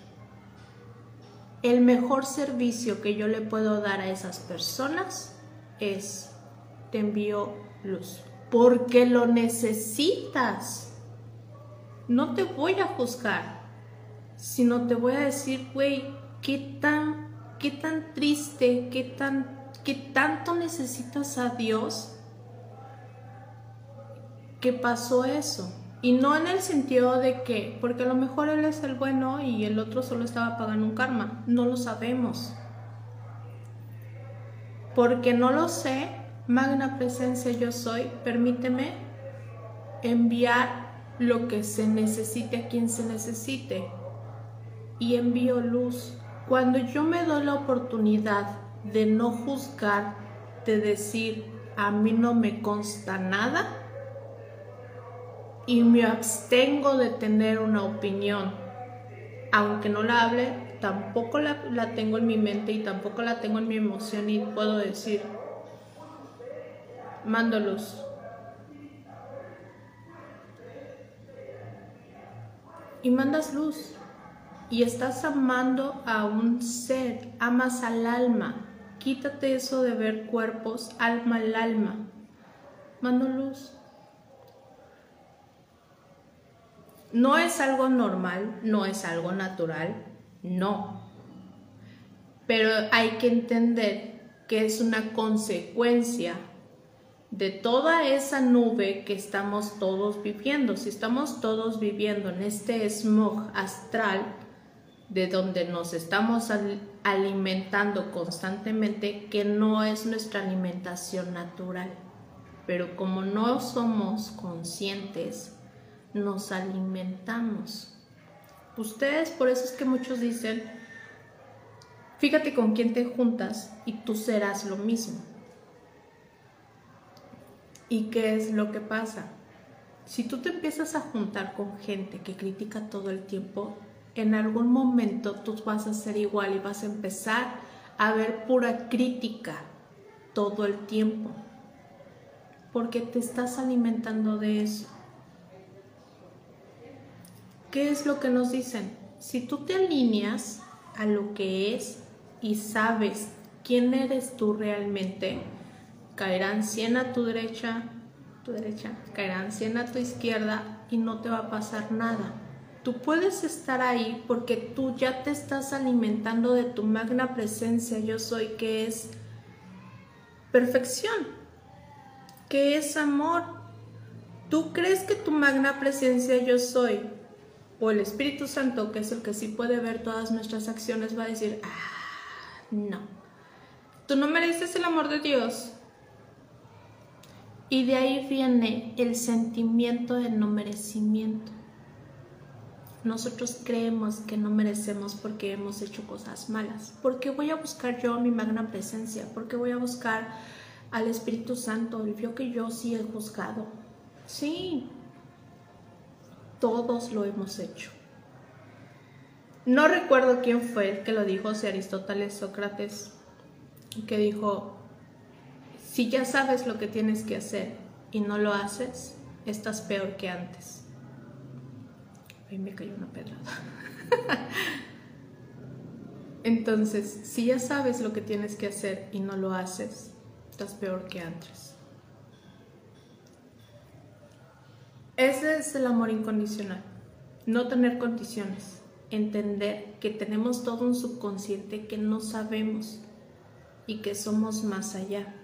El mejor servicio que yo le puedo dar a esas personas es: te envío luz, porque lo necesitas. No te voy a juzgar, sino te voy a decir, güey, qué tan triste, qué tanto necesitas a Dios que pasó eso. Y no en el sentido de que, porque a lo mejor él es el bueno y el otro solo estaba pagando un karma. No lo sabemos. Porque no lo sé, magna presencia yo soy, permíteme enviar lo que se necesite a quien se necesite. Y envío luz. Cuando yo me doy la oportunidad de no juzgar, de decir, a mí no me consta nada, y me abstengo de tener una opinión, aunque no la hable, tampoco la tengo en mi mente y tampoco la tengo en mi emoción, y puedo decir, mando luz. Y mandas luz y estás amando a un ser, amas al alma. Quítate eso de ver cuerpos, alma al alma. Mando luz. No es algo normal, no es algo natural, no. Pero hay que entender que es una consecuencia de toda esa nube que estamos todos viviendo. Si estamos todos viviendo en este smog astral, de donde nos estamos alimentando constantemente, que no es nuestra alimentación natural. Pero como no somos conscientes, nos alimentamos. Ustedes, por eso es que muchos dicen, fíjate con quién te juntas y tú serás lo mismo. ¿Y qué es lo que pasa? Si tú te empiezas a juntar con gente que critica todo el tiempo, en algún momento tú vas a ser igual y vas a empezar a ver pura crítica todo el tiempo, porque te estás alimentando de eso. ¿Qué es lo que nos dicen? Si tú te alineas a lo que es y sabes quién eres tú realmente, caerán 100 a tu derecha, caerán 100 a tu izquierda y no te va a pasar nada. Tú puedes estar ahí porque tú ya te estás alimentando de tu magna presencia yo soy, que es perfección, que es amor. ¿Tú crees que tu magna presencia yo soy o el Espíritu Santo, que es el que sí puede ver todas nuestras acciones, va a decir, no, tú no mereces el amor de Dios? Y de ahí viene el sentimiento de no merecimiento. Nosotros creemos que no merecemos porque hemos hecho cosas malas. ¿Por qué voy a buscar yo mi magna presencia? ¿Por qué voy a buscar al Espíritu Santo? El vio que yo sí he juzgado. Sí, todos lo hemos hecho. No recuerdo quién fue el que lo dijo, si Aristóteles, Sócrates, que dijo, si ya sabes lo que tienes que hacer y no lo haces, estás peor que antes. Ahí me cayó una pedrada. Entonces, si ya sabes lo que tienes que hacer y no lo haces, estás peor que antes. Ese es el amor incondicional. No tener condiciones. Entender que tenemos todo un subconsciente que no sabemos y que somos más allá.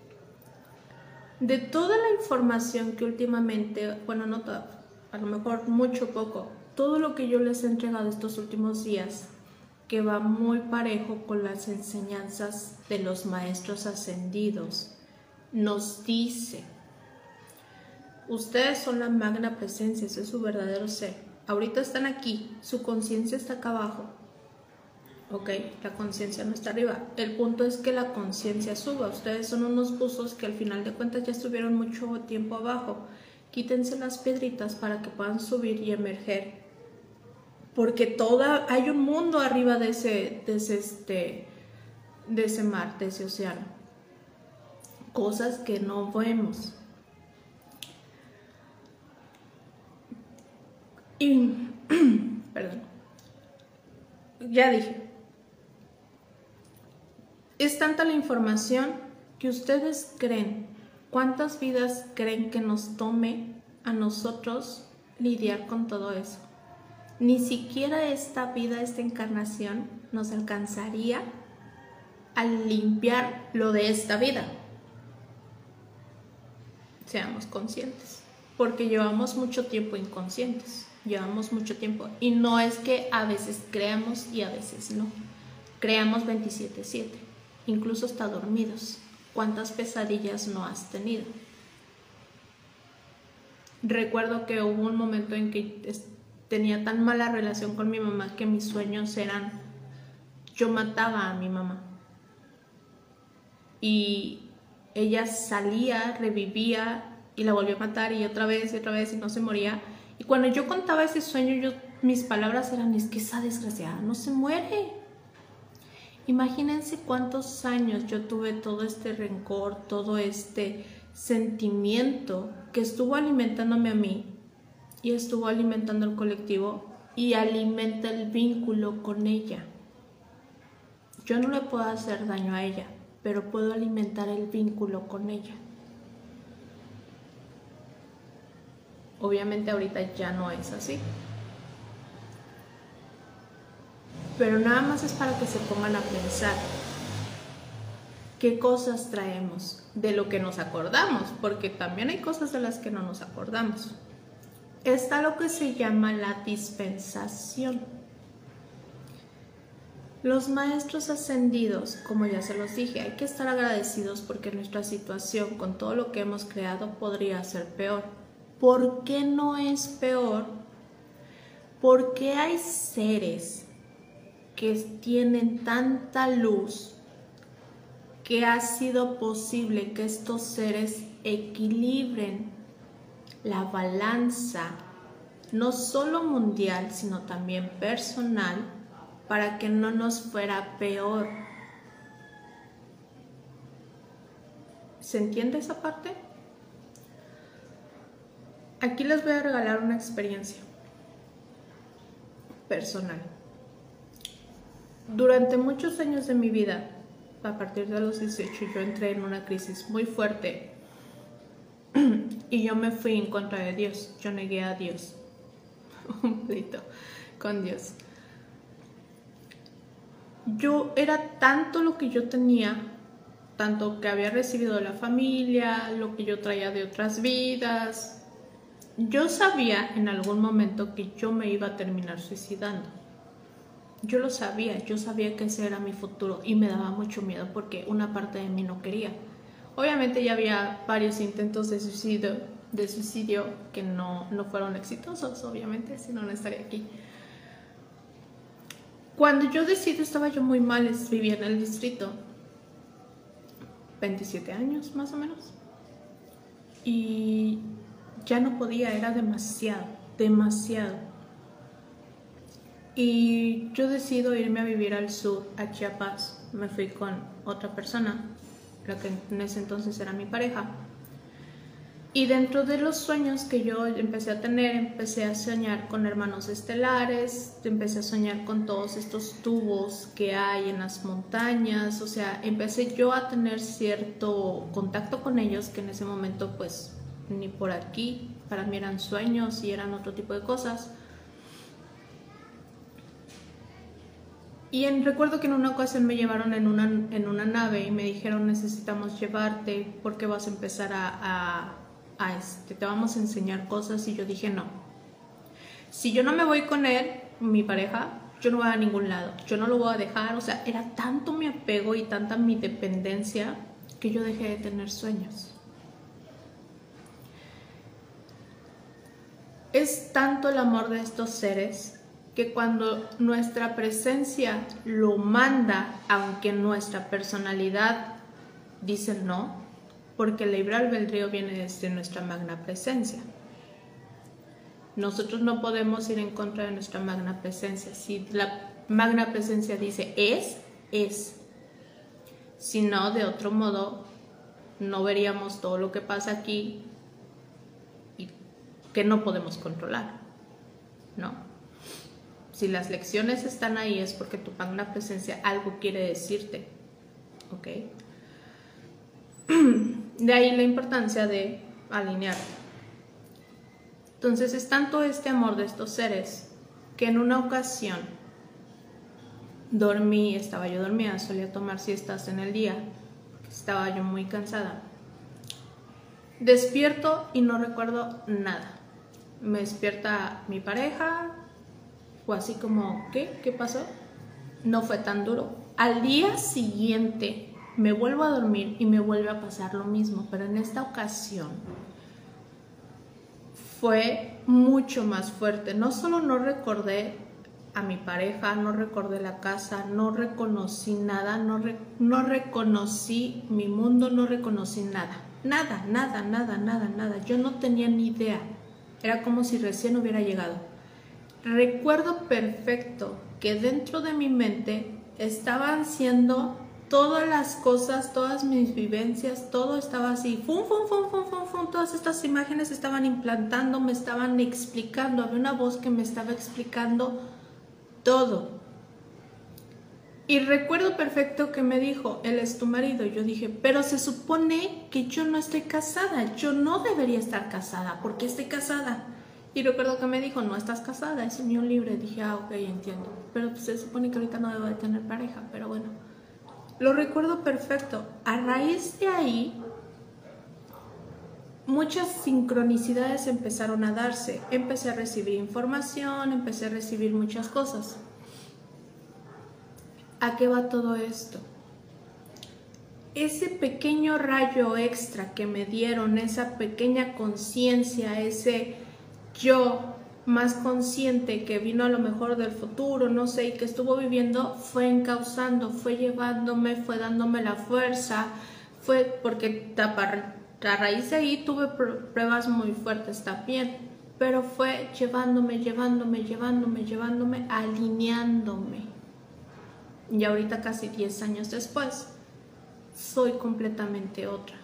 De toda la información que últimamente, bueno, no toda, a lo mejor mucho poco, todo lo que yo les he entregado estos últimos días, que va muy parejo con las enseñanzas de los maestros ascendidos, nos dice, ustedes son la magna presencia, ese es su verdadero ser. Ahorita están aquí, su conciencia está acá abajo. Ok, la conciencia no está arriba. El punto es que la conciencia suba. Ustedes son unos buzos que al final de cuentas ya estuvieron mucho tiempo abajo. Quítense las piedritas para que puedan subir y emerger. Porque hay un mundo arriba de ese mar, de ese océano. Cosas que no vemos. Y, perdón, ya dije, es tanta la información que ustedes creen. ¿Cuántas vidas creen que nos tome a nosotros lidiar con todo eso? Ni siquiera esta vida, esta encarnación, nos alcanzaría a limpiar lo de esta vida. Seamos conscientes, porque llevamos mucho tiempo inconscientes. Llevamos mucho tiempo y no es que a veces creamos y a veces no. Creamos 27/7, incluso hasta dormidos. ¿Cuántas pesadillas no has tenido? Recuerdo que hubo un momento en que tenía tan mala relación con mi mamá que mis sueños eran, yo mataba a mi mamá y ella salía, revivía y la volvía a matar y otra vez y no se moría. Y cuando yo contaba ese sueño, mis palabras eran, es que esa desgraciada no se muere. Imagínense cuántos años yo tuve todo este rencor, todo este sentimiento que estuvo alimentándome a mí y estuvo alimentando al colectivo y alimenta el vínculo con ella. Yo no le puedo hacer daño a ella, pero puedo alimentar el vínculo con ella. Obviamente ahorita ya no es así. Pero nada más es para que se pongan a pensar qué cosas traemos, de lo que nos acordamos, porque también hay cosas de las que no nos acordamos. Está lo que se llama la dispensación. Los maestros ascendidos, como ya se los dije, hay que estar agradecidos porque nuestra situación con todo lo que hemos creado podría ser peor. ¿Por qué no es peor? Porque hay seres que tienen tanta luz que ha sido posible que estos seres equilibren la balanza, no solo mundial, sino también personal, para que no nos fuera peor. ¿Se entiende esa parte? Aquí les voy a regalar una experiencia personal. Durante muchos años de mi vida, a partir de los 18, yo entré en una crisis muy fuerte y yo me fui en contra de Dios. Yo negué a Dios. Un pleito con Dios. Yo era tanto lo que yo tenía, tanto que había recibido de la familia, lo que yo traía de otras vidas. Yo sabía en algún momento que yo me iba a terminar suicidando. Yo lo sabía, yo sabía que ese era mi futuro y me daba mucho miedo porque una parte de mí no quería. Obviamente ya había varios intentos de suicidio que no fueron exitosos, obviamente, si no, no estaría aquí. Cuando yo decidí, estaba yo muy mal, vivía en el distrito, 27 años más o menos, y ya no podía, era demasiado. Y yo decido irme a vivir al sur, a Chiapas. Me fui con otra persona, la que en ese entonces era mi pareja. Y dentro de los sueños que yo empecé a tener, empecé a soñar con hermanos estelares, empecé a soñar con todos estos tubos que hay en las montañas, o sea, empecé yo a tener cierto contacto con ellos que en ese momento pues ni por aquí, para mí eran sueños y eran otro tipo de cosas. Y recuerdo que en una ocasión me llevaron en una nave y me dijeron: necesitamos llevarte porque vas a empezar te vamos a enseñar cosas. Y yo dije: no, si yo no me voy con él, mi pareja, yo no voy a ningún lado, yo no lo voy a dejar. O sea, era tanto mi apego y tanta mi dependencia que yo dejé de tener sueños. Es tanto el amor de estos seres que cuando nuestra presencia lo manda, aunque nuestra personalidad dice no, porque el libre albedrío viene desde nuestra magna presencia. Nosotros no podemos ir en contra de nuestra magna presencia. Si la magna presencia dice es. Si no, de otro modo, no veríamos todo lo que pasa aquí y que no podemos controlar, ¿no? Si las lecciones están ahí es porque tu magna presencia algo quiere decirte, ¿ok? De ahí la importancia de alinear. Entonces es tanto este amor de estos seres que en una ocasión estaba yo dormida, solía tomar siestas en el día, estaba yo muy cansada. Despierto y no recuerdo nada. Me despierta mi pareja, fue así como, ¿qué pasó? No fue tan duro. Al día siguiente me vuelvo a dormir y me vuelve a pasar lo mismo, pero en esta ocasión fue mucho más fuerte. No solo no recordé a mi pareja, no recordé la casa, no reconocí nada, no reconocí mi mundo, no reconocí nada. Nada. Yo no tenía ni idea. Era como si recién hubiera llegado. Recuerdo perfecto que dentro de mi mente estaban siendo todas las cosas, todas mis vivencias, todo estaba así, todas estas imágenes estaban implantando, me estaban explicando, había una voz que me estaba explicando todo. Y recuerdo perfecto que me dijo: él es tu marido. Yo dije: pero se supone que yo no estoy casada, yo no debería estar casada, ¿por qué estoy casada? Y recuerdo que me dijo: no estás casada, es unión libre. Dije: ok, entiendo, pero pues se supone que ahorita no debo de tener pareja, pero bueno. Lo recuerdo perfecto. A raíz de ahí, muchas sincronicidades empezaron a darse. Empecé a recibir información, empecé a recibir muchas cosas. ¿A qué va todo esto? Ese pequeño rayo extra que me dieron, esa pequeña conciencia, ese yo más consciente que vino a lo mejor del futuro, no sé, y que estuvo viviendo, fue encauzando, fue llevándome, fue dándome la fuerza, fue porque a raíz de ahí tuve pruebas muy fuertes también, pero fue llevándome, alineándome. Y ahorita casi 10 años después, soy completamente otra.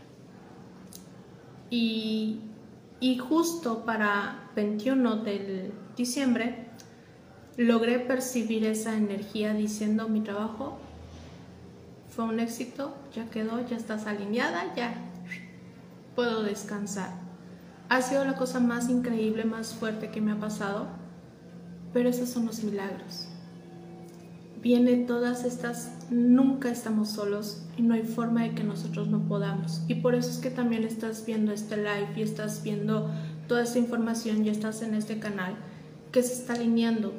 Y justo para 21 de diciembre logré percibir esa energía diciendo: mi trabajo fue un éxito, ya quedó, ya estás alineada, ya puedo descansar. Ha sido la cosa más increíble, más fuerte que me ha pasado, pero esos son los milagros. Vienen todas estas, nunca estamos solos y no hay forma de que nosotros no podamos. Y por eso es que también estás viendo este live y estás viendo toda esta información y estás en este canal que se está alineando.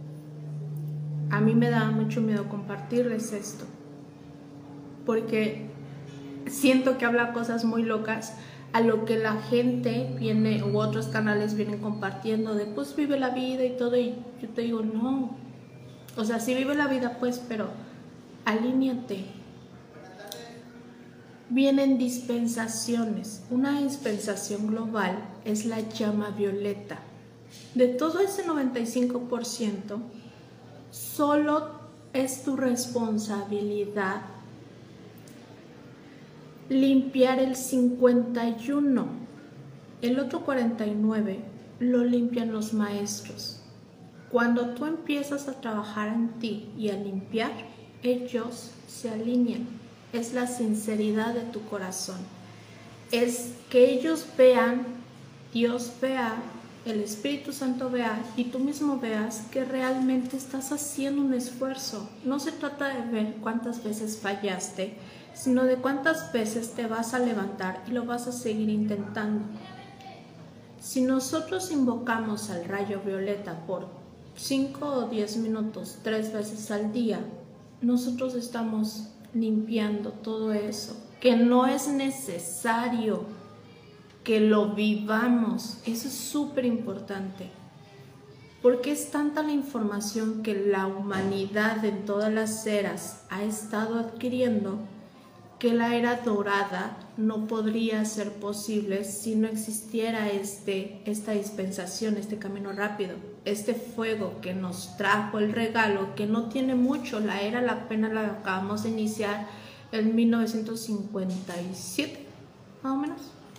A mí me da mucho miedo compartirles esto, porque siento que habla cosas muy locas a lo que la gente viene, u otros canales vienen compartiendo de pues vive la vida y todo, y yo te digo no. O sea, sí vive la vida pues, pero alíñate. Vienen dispensaciones. Una dispensación global es la llama violeta. De todo ese 95%, solo es tu responsabilidad limpiar el 51%. El otro 49% lo limpian los maestros. Cuando tú empiezas a trabajar en ti y a limpiar, ellos se alinean. Es la sinceridad de tu corazón. Es que ellos vean, Dios vea, el Espíritu Santo vea y tú mismo veas que realmente estás haciendo un esfuerzo. No se trata de ver cuántas veces fallaste, sino de cuántas veces te vas a levantar y lo vas a seguir intentando. Si nosotros invocamos al rayo violeta por 5 o 10 minutos, 3 veces al día, nosotros estamos limpiando todo eso, que no es necesario que lo vivamos. Eso es súper importante, porque es tanta la información que la humanidad en todas las eras ha estado adquiriendo, que la era dorada no podría ser posible si no existiera esta dispensación, este camino rápido, este fuego que nos trajo el regalo, que no tiene mucho. La era apenas la acabamos de iniciar en 1957, más o menos.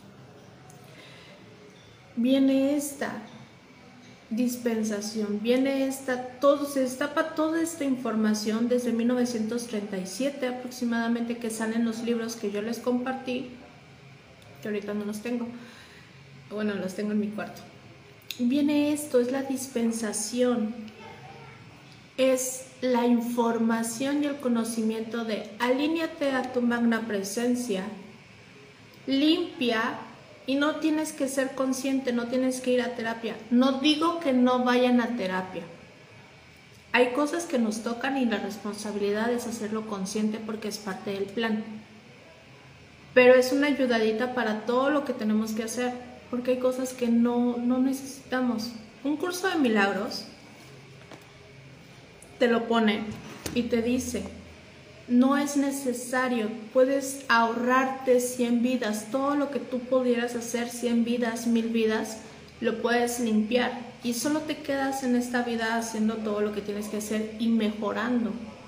Viene esta dispensación, viene se destapa toda esta información desde 1937 aproximadamente, que salen los libros que yo les compartí, que ahorita no los tengo, bueno, los tengo en mi cuarto. Viene esto, es la dispensación, es la información y el conocimiento de alíñate a tu magna presencia, limpia. Y no tienes que ser consciente, no tienes que ir a terapia. No digo que no vayan a terapia. Hay cosas que nos tocan y la responsabilidad es hacerlo consciente porque es parte del plan. Pero es una ayudadita para todo lo que tenemos que hacer, porque hay cosas que no necesitamos. Un curso de milagros te lo pone y te dice: no es necesario, puedes ahorrarte 100 vidas, todo lo que tú pudieras hacer 100 vidas, 1000 vidas, lo puedes limpiar y solo te quedas en esta vida haciendo todo lo que tienes que hacer y mejorando,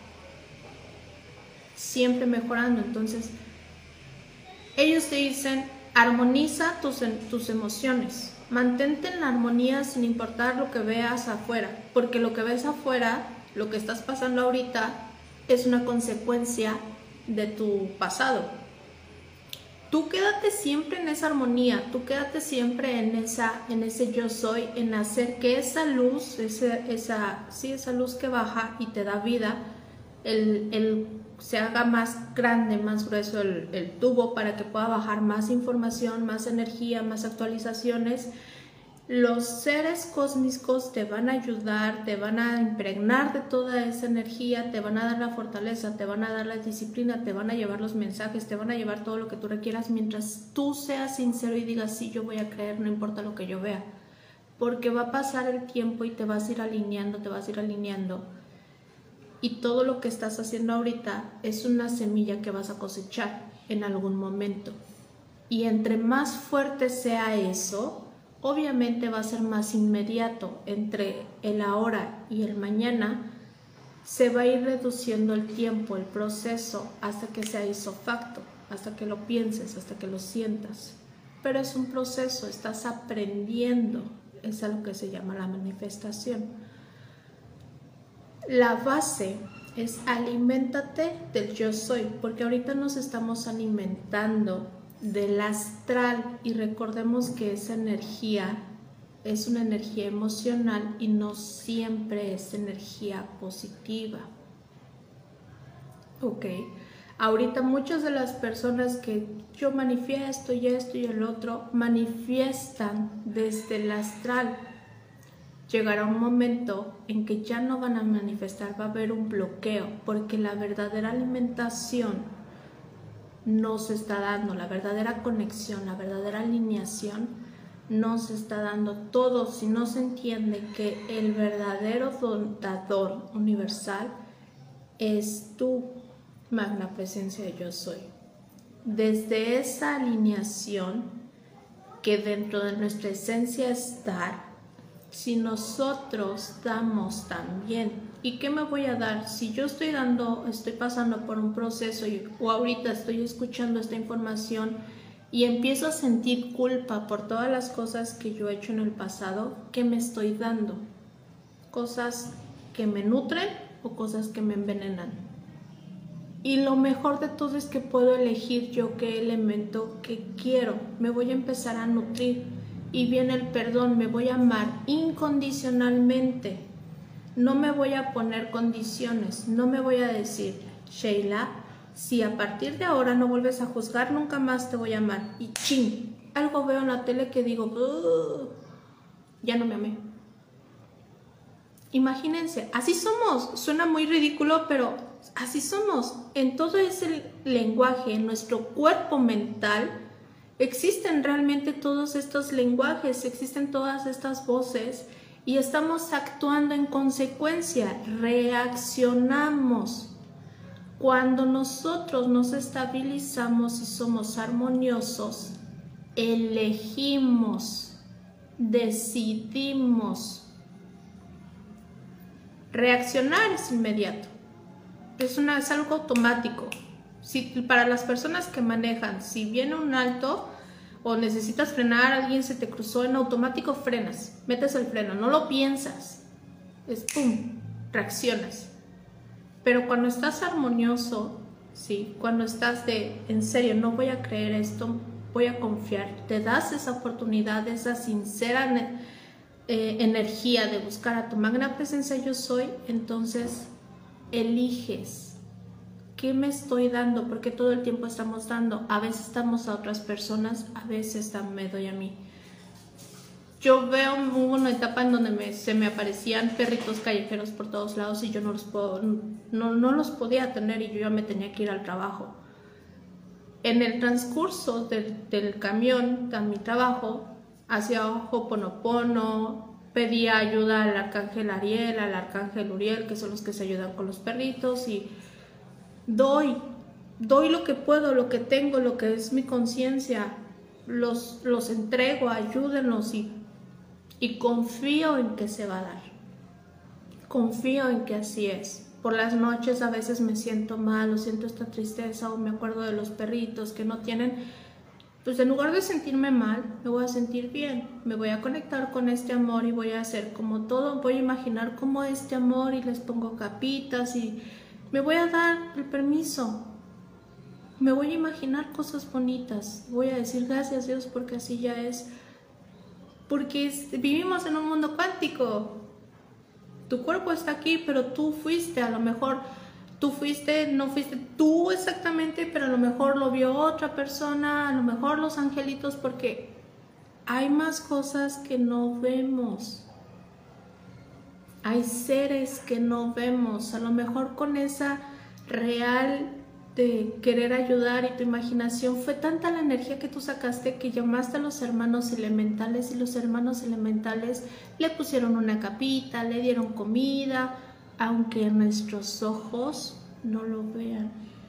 siempre mejorando. Entonces, ellos te dicen: armoniza tus emociones, mantente en la armonía sin importar lo que veas afuera, porque lo que ves afuera, lo que estás pasando ahorita, es una consecuencia de tu pasado. Tú quédate siempre en esa armonía, tú quédate siempre en ese yo soy, en hacer que esa luz, esa luz que baja y te da vida, el se haga más grande, más grueso el tubo para que pueda bajar más información, más energía, más actualizaciones. Los seres cósmicos te van a ayudar, te van a impregnar de toda esa energía, te van a dar la fortaleza, te van a dar la disciplina, te van a llevar los mensajes, te van a llevar todo lo que tú requieras mientras tú seas sincero y digas, sí, yo voy a creer, no importa lo que yo vea. Porque va a pasar el tiempo y te vas a ir alineando, te vas a ir alineando. Y todo lo que estás haciendo ahorita es una semilla que vas a cosechar en algún momento. Y entre más fuerte sea eso, obviamente va a ser más inmediato. Entre el ahora y el mañana se va a ir reduciendo el tiempo, el proceso, hasta que sea isofacto, hasta que lo pienses, hasta que lo sientas. Pero es un proceso, estás aprendiendo, es a lo que se llama la manifestación. La base es aliméntate del yo soy, porque ahorita nos estamos alimentando del astral y recordemos que esa energía es una energía emocional y no siempre es energía positiva. Ok, ahorita muchas de las personas que yo manifiesto y esto y el otro manifiestan desde el astral. Llegará un momento en que ya no van a manifestar, va a haber un bloqueo, porque la verdadera alimentación no se está dando, la verdadera conexión, la verdadera alineación no se está dando. Todo, si no se entiende que el verdadero dador universal es tu magna presencia de yo soy. Desde esa alineación que dentro de nuestra esencia es dar, si nosotros damos también, ¿y qué me voy a dar? Si yo estoy pasando por un proceso o ahorita estoy escuchando esta información y empiezo a sentir culpa por todas las cosas que yo he hecho en el pasado, ¿qué me estoy dando? ¿Cosas que me nutren o cosas que me envenenan? Y lo mejor de todo es que puedo elegir yo qué elemento que quiero. Me voy a empezar a nutrir. Y viene el perdón, me voy a amar incondicionalmente. No me voy a poner condiciones, no me voy a decir, Sheila, si a partir de ahora no vuelves a juzgar, nunca más te voy a amar. Y ching, algo veo en la tele que digo, ya no me amé. Imagínense, así somos, suena muy ridículo, pero así somos. En todo ese lenguaje, en nuestro cuerpo mental, existen realmente todos estos lenguajes, existen todas estas voces y estamos actuando en consecuencia, reaccionamos. Cuando nosotros nos estabilizamos y somos armoniosos, elegimos, decidimos. Reaccionar es inmediato, es algo automático. Para las personas que manejan, si viene un alto o necesitas frenar, alguien se te cruzó, en automático frenas, metes el freno, no lo piensas, es pum, reaccionas. Pero cuando estás armonioso, ¿sí? Cuando estás en serio, no voy a creer esto, voy a confiar, te das esa oportunidad, esa sincera energía de buscar a tu magna presencia yo soy, entonces eliges. ¿Qué me estoy dando? Porque todo el tiempo estamos dando. A veces damos a otras personas, a veces me doy a mí. Yo hubo una etapa en donde se me aparecían perritos callejeros por todos lados y yo no los podía atender y yo ya me tenía que ir al trabajo. En el transcurso del camión a mi trabajo, hacía Ho'oponopono, pedía ayuda al arcángel Ariel, al arcángel Uriel, que son los que se ayudan con los perritos, y doy lo que puedo, lo que tengo, lo que es mi conciencia, los entrego, ayúdenlos y confío en que se va a dar, confío en que así es. Por las noches a veces me siento mal o siento esta tristeza o me acuerdo de los perritos que no tienen, pues en lugar de sentirme mal, me voy a sentir bien, me voy a conectar con este amor y voy a hacer como todo, voy a imaginar como este amor y les pongo capitas y me voy a dar el permiso, me voy a imaginar cosas bonitas, voy a decir gracias Dios porque así ya es, porque vivimos en un mundo cuántico, tu cuerpo está aquí pero tú fuiste a lo mejor Tú fuiste, no fuiste tú exactamente, pero a lo mejor lo vio otra persona, a lo mejor los angelitos, porque hay más cosas que no vemos. Hay seres que no vemos. A lo mejor con esa real de querer ayudar y tu imaginación fue tanta la energía que tú sacaste que llamaste a los hermanos elementales, y los hermanos elementales le pusieron una capita, le dieron comida, aunque nuestros ojos no lo vean.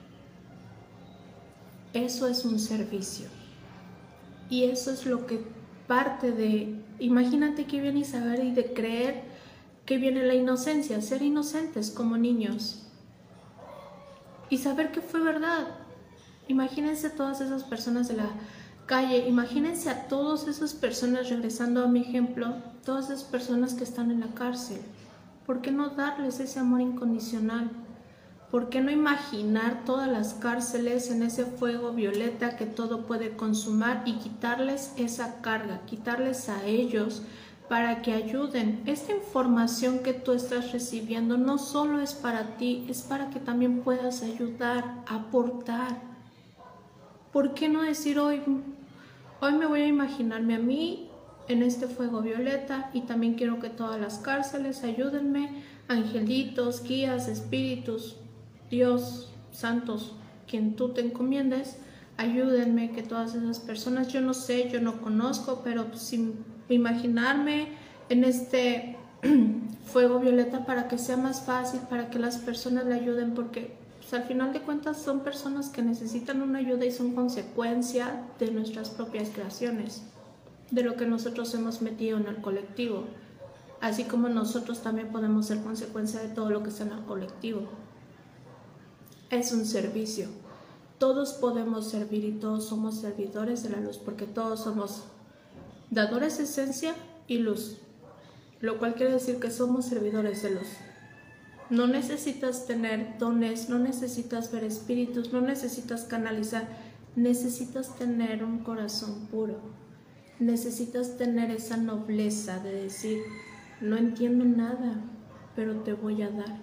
Eso es un servicio. Y eso es lo que parte de, imagínate que viene y saber y de creer que viene la inocencia, ser inocentes como niños. Y saber que fue verdad. Imagínense todas esas personas de la calle, imagínense a todas esas personas, regresando a mi ejemplo, todas esas personas que están en la cárcel. ¿Por qué no darles ese amor incondicional? ¿Por qué no imaginar todas las cárceles en ese fuego violeta que todo puede consumar y quitarles esa carga, quitarles a ellos para que ayuden? Esta información que tú estás recibiendo no solo es para ti, es para que también puedas ayudar, aportar. ¿Por qué no decir hoy me voy a imaginarme a mí en este fuego violeta y también quiero que todas las cárceles ayúdenme, angelitos, guías, espíritus, Dios, santos, quien tú te encomiendes, ayúdenme, que todas esas personas, yo no sé, yo no conozco, pero sin imaginarme en este fuego violeta para que sea más fácil, para que las personas le ayuden, porque pues, al final de cuentas son personas que necesitan una ayuda y son consecuencia de nuestras propias creaciones, de lo que nosotros hemos metido en el colectivo, así como nosotros también podemos ser consecuencia de todo lo que está en el colectivo. Es un servicio. Todos podemos servir y todos somos servidores de la luz, porque todos somos dadores de esencia y luz, lo cual quiere decir que somos servidores de luz. No necesitas tener dones, no necesitas ver espíritus, no necesitas canalizar, necesitas tener un corazón puro, necesitas tener esa nobleza de decir, no entiendo nada, pero te voy a dar.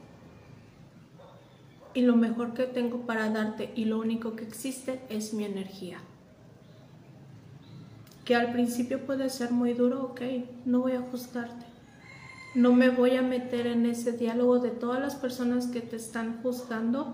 Y lo mejor que tengo para darte y lo único que existe es mi energía. Que al principio puede ser muy duro, ok, no voy a juzgarte. No me voy a meter en ese diálogo de todas las personas que te están juzgando.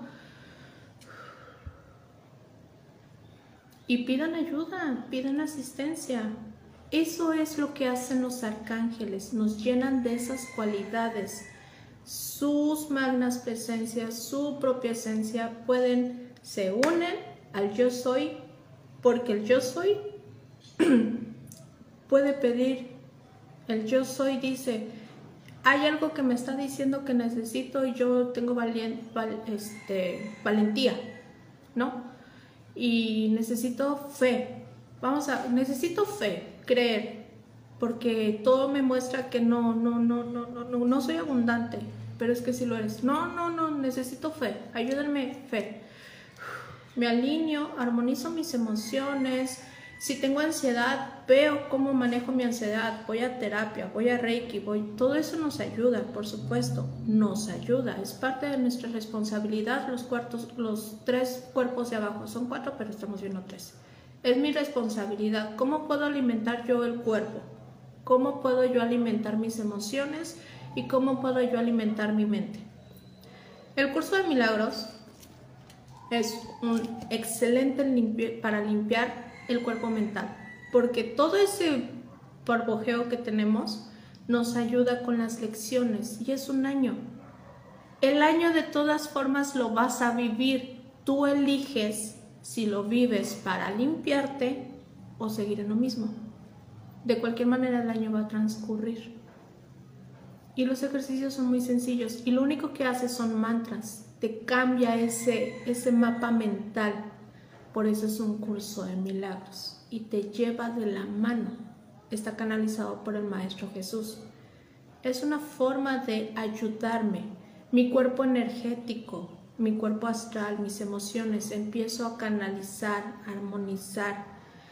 Y pidan ayuda, pidan asistencia. Eso es lo que hacen los arcángeles, nos llenan de esas cualidades. Sus magnas presencias, su propia esencia se unen al yo soy, porque el yo soy puede pedir. El yo soy dice, hay algo que me está diciendo que necesito y yo tengo valentía, ¿no? Y necesito fe. Necesito fe, creer, porque todo me muestra que no soy abundante, pero es que sí lo eres. No, necesito fe, ayúdenme, fe. Me alineo, armonizo mis emociones. Si tengo ansiedad, veo cómo manejo mi ansiedad, voy a terapia, voy a Reiki, todo eso nos ayuda, por supuesto, nos ayuda, es parte de nuestra responsabilidad. Los 3 cuerpos de abajo, son 4, pero estamos viendo 3. Es mi responsabilidad. ¿Cómo puedo alimentar yo el cuerpo? ¿Cómo puedo yo alimentar mis emociones? ¿Y cómo puedo yo alimentar mi mente? El curso de milagros es un excelente para limpiar el cuerpo mental, porque todo ese barbojeo que tenemos nos ayuda con las lecciones, y es un año. El año de todas formas lo vas a vivir. Tú eliges si lo vives para limpiarte o seguir en lo mismo. De cualquier manera el año va a transcurrir. Y los ejercicios son muy sencillos y lo único que haces son mantras. Te cambia ese mapa mental. Por eso es un curso de milagros y te lleva de la mano. Está canalizado por el Maestro Jesús. Es una forma de ayudarme. Mi cuerpo energético, mi cuerpo astral, mis emociones, empiezo a canalizar, a armonizar.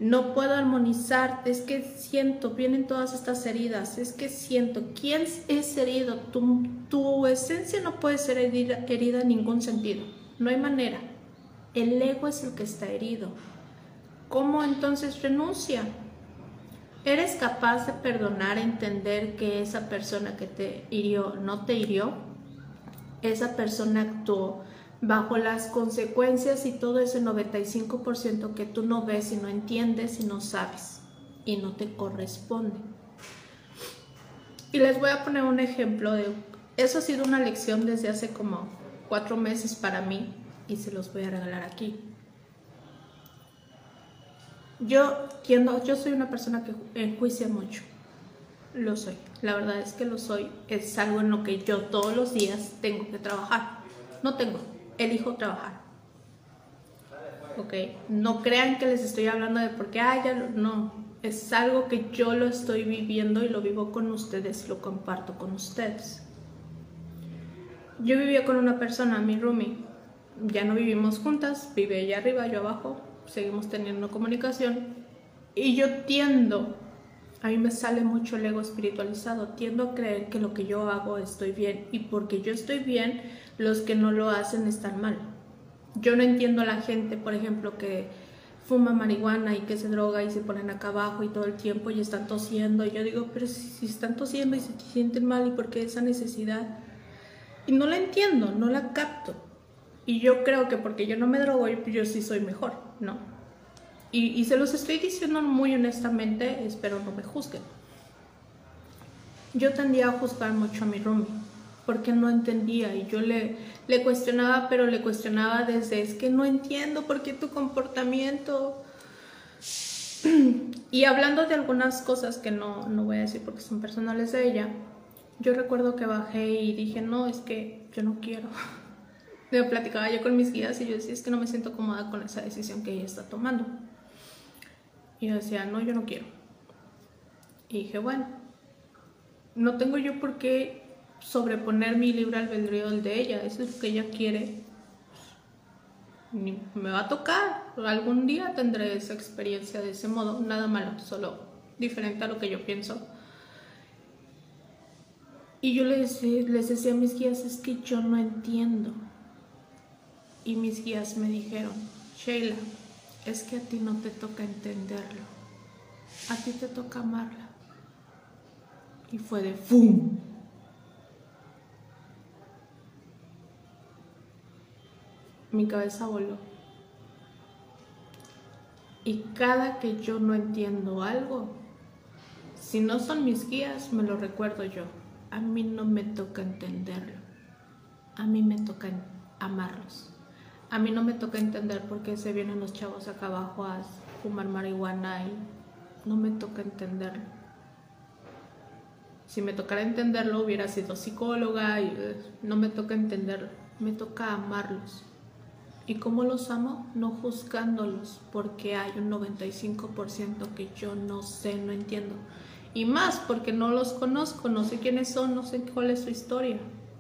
no puedo armonizar, es que siento, vienen todas estas heridas, es que siento, ¿quién es herido? Tu esencia no puede ser herida en ningún sentido, no hay manera. El ego es el que está herido. ¿Cómo entonces renuncia? ¿Eres capaz de perdonar, entender que esa persona que te hirió no te hirió? Esa persona actuó bajo las consecuencias y todo ese 95% que tú no ves y no entiendes y no sabes y no te corresponde. Y les voy a poner un ejemplo de eso. Ha sido una lección desde hace como 4 meses para mí y se los voy a regalar aquí. Yo soy una persona que enjuicia mucho. Lo soy, la verdad es que lo soy. Es algo en lo que yo todos los días tengo que trabajar. Elijo trabajar. Ok, no crean que les estoy hablando de por qué, no. Es algo que yo lo estoy viviendo y lo vivo con ustedes y lo comparto con ustedes. Yo vivía con una persona, mi roomie. Ya no vivimos juntas, vive ella arriba, yo abajo. Seguimos teniendo comunicación. Y yo a mí me sale mucho el ego espiritualizado, tiendo a creer que lo que yo hago estoy bien, y porque yo estoy bien, los que no lo hacen están mal. Yo no entiendo a la gente, por ejemplo, que fuma marihuana y que se droga y se ponen acá abajo y todo el tiempo y están tosiendo, y yo digo, pero si están tosiendo y se sienten mal, ¿y por qué esa necesidad? Y no la entiendo, no la capto, y yo creo que porque yo no me drogo, yo sí soy mejor, ¿no? Y se los estoy diciendo muy honestamente, espero no me juzguen. Yo tendía a juzgar mucho a mi roomie, porque no entendía, y yo le cuestionaba, pero le cuestionaba desde, es que no entiendo por qué tu comportamiento. Y hablando de algunas cosas que no voy a decir porque son personales de ella, yo recuerdo que bajé y dije, no, es que yo no quiero. Me platicaba yo con mis guías y yo decía, es que no me siento cómoda con esa decisión que ella está tomando. Y yo decía, no, yo no quiero. Y dije, bueno, no tengo yo por qué sobreponer mi libre albedrío al de ella. Eso es lo que ella quiere. Ni me va a tocar. Algún día tendré esa experiencia de ese modo. Nada malo, solo diferente a lo que yo pienso. Y yo les decía a mis guías, es que yo no entiendo. Y mis guías me dijeron, Sheila, es que a ti no te toca entenderlo, a ti te toca amarla. Y fue de ¡fum! Mi cabeza voló. Y cada que yo no entiendo algo, si no son mis guías, me lo recuerdo yo. A mí no me toca entenderlo, a mí me toca amarlos. A mí no me toca entender por qué se vienen los chavos acá abajo a fumar marihuana, y no me toca entenderlo. Si me tocara entenderlo hubiera sido psicóloga, y no me toca entenderlo, me toca amarlos. ¿Y cómo los amo? No juzgándolos, porque hay un 95% que yo no sé, no entiendo. Y más porque no los conozco, no sé quiénes son, no sé cuál es su historia.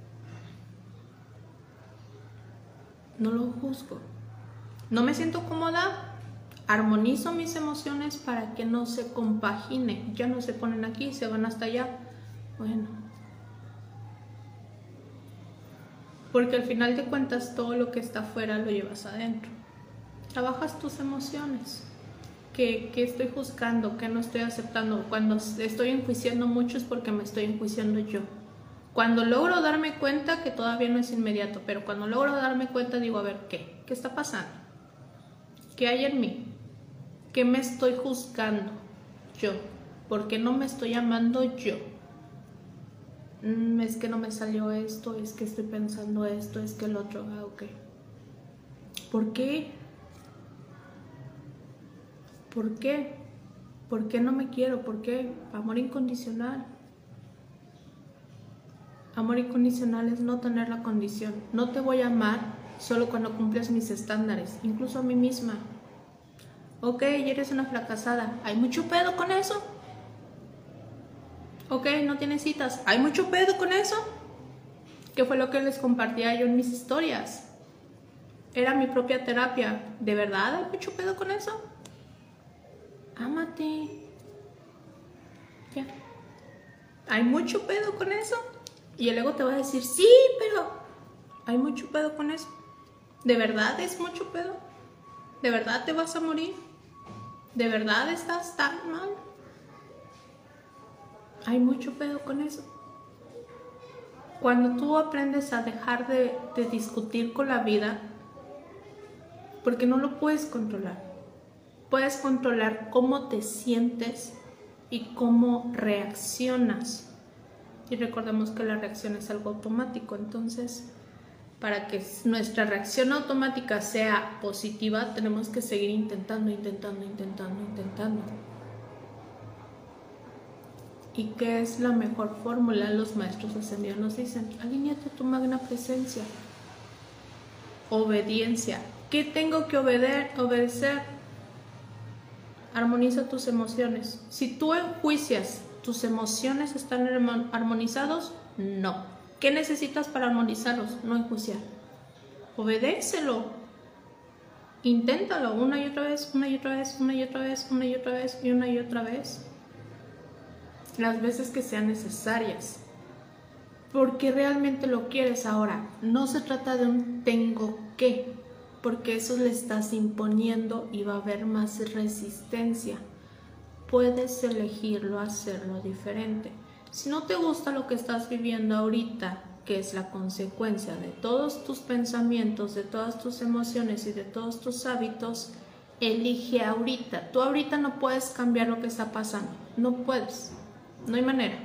No lo juzgo. No me siento cómoda, armonizo mis emociones para que no se compagine. Ya no se ponen aquí, se van hasta allá. Bueno, porque al final de cuentas todo lo que está afuera lo llevas adentro. Trabajas tus emociones. ¿Qué estoy juzgando? ¿Qué no estoy aceptando? Cuando estoy enjuiciando mucho es porque me estoy enjuiciando yo. Cuando logro darme cuenta, que todavía no es inmediato, pero cuando logro darme cuenta digo, a ver, ¿qué está pasando? ¿Qué hay en mí? ¿Qué me estoy juzgando yo? ¿Por qué no me estoy amando yo? Es que no me salió esto, es que estoy pensando esto, es que el otro, ok. ¿Por qué? ¿Por qué? ¿Por qué no me quiero? ¿Por qué? Amor incondicional. Amor incondicional es no tener la condición. No te voy a amar solo cuando cumples mis estándares, incluso a mí misma. Ok, eres una fracasada. ¿Hay mucho pedo con eso? Ok, no tienes citas. ¿Hay mucho pedo con eso? ¿Qué fue lo que les compartía yo en mis historias? Era mi propia terapia. ¿De verdad hay mucho pedo con eso? Ámate. Ya. Hay mucho pedo con eso. Y el ego te va a decir, sí, pero hay mucho pedo con eso. ¿De verdad es mucho pedo? ¿De verdad te vas a morir? ¿De verdad estás tan mal? Hay mucho pedo con eso. Cuando tú aprendes a dejar de discutir con la vida, porque no lo puedes controlar. Puedes controlar cómo te sientes y cómo reaccionas. Y recordemos que la reacción es algo automático. Entonces, para que nuestra reacción automática sea positiva, tenemos que seguir intentando. ¿Y qué es la mejor fórmula? Los maestros ascendidos nos dicen, alíñate a tu magna presencia. Obediencia. ¿Qué tengo que obedecer? Armoniza tus emociones. Si tú enjuicias, ¿tus emociones están armonizados? No. ¿Qué necesitas para armonizarlos? No enjuiciar. Obedécelo. Inténtalo una y otra vez, una y otra vez, una y otra vez, una y otra vez y una y otra vez. Las veces que sean necesarias. Porque realmente lo quieres ahora. No se trata de un tengo que, porque eso le estás imponiendo y va a haber más resistencia. Puedes elegirlo, hacerlo diferente. Si no te gusta lo que estás viviendo ahorita, que es la consecuencia de todos tus pensamientos, de todas tus emociones y de todos tus hábitos, elige ahorita. Tú ahorita no puedes cambiar lo que está pasando. No puedes. No hay manera.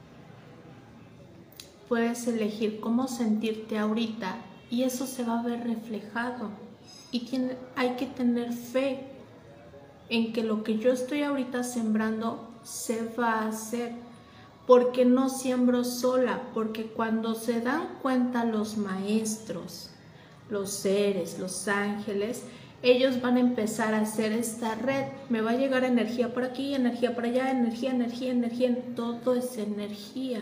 Puedes elegir cómo sentirte ahorita y eso se va a ver reflejado. Y hay que tener fe en que lo que yo estoy ahorita sembrando se va a hacer. Porque no siembro sola, porque cuando se dan cuenta los maestros, los seres, los ángeles, ellos van a empezar a hacer esta red. Me va a llegar energía por aquí, energía por allá, energía, todo es energía.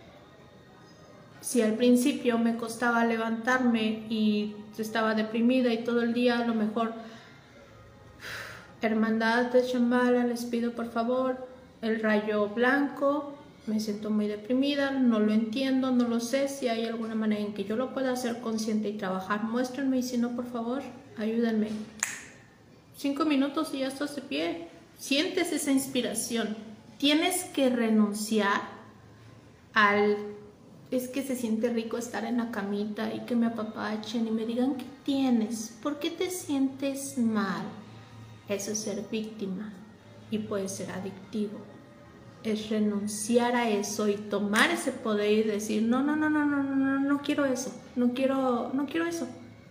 Si al principio me costaba levantarme y estaba deprimida y todo el día, a lo mejor, hermandad de Shambhala, les pido por favor el rayo blanco, me siento muy deprimida, no lo entiendo, no lo sé, si hay alguna manera en que yo lo pueda hacer consciente y trabajar, muéstrenme, y si no, por favor, ayúdenme. 5 minutos y ya estás de pie. Sientes esa inspiración. Tienes que renunciar al... Es que se siente rico estar en la camita y que me apapachen y me digan, ¿qué tienes? ¿Por qué te sientes mal? Eso es ser víctima y puede ser adictivo. Es renunciar a eso y tomar ese poder y decir, no quiero eso, no quiero eso.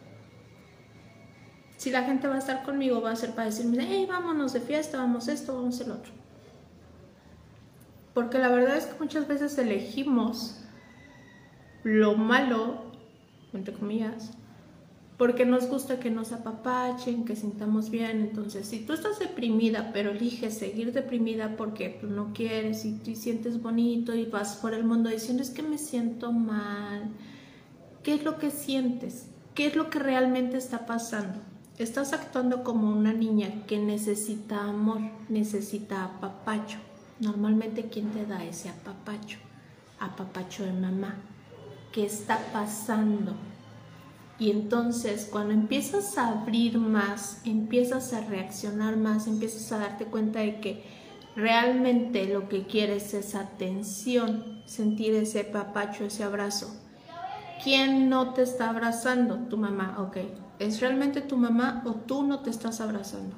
Si la gente va a estar conmigo, va a ser para decirme, hey, vámonos de fiesta, vamos esto, vamos el otro. Porque la verdad es que muchas veces elegimos lo malo, entre comillas, porque nos gusta que nos apapachen, que sintamos bien. Entonces, si tú estás deprimida, pero eliges seguir deprimida porque pues, no quieres y te sientes bonito y vas por el mundo diciendo, es que me siento mal, ¿qué es lo que sientes? ¿Qué es lo que realmente está pasando? Estás actuando como una niña que necesita amor, necesita apapacho. Normalmente, ¿quién te da ese apapacho? Apapacho de mamá. ¿Qué está pasando? Y entonces cuando empiezas a abrir más, empiezas a reaccionar más, empiezas a darte cuenta de que realmente lo que quieres es atención, sentir ese apapacho, ese abrazo. ¿Quién no te está abrazando? Tu mamá, ok. ¿Es realmente tu mamá o tú no te estás abrazando?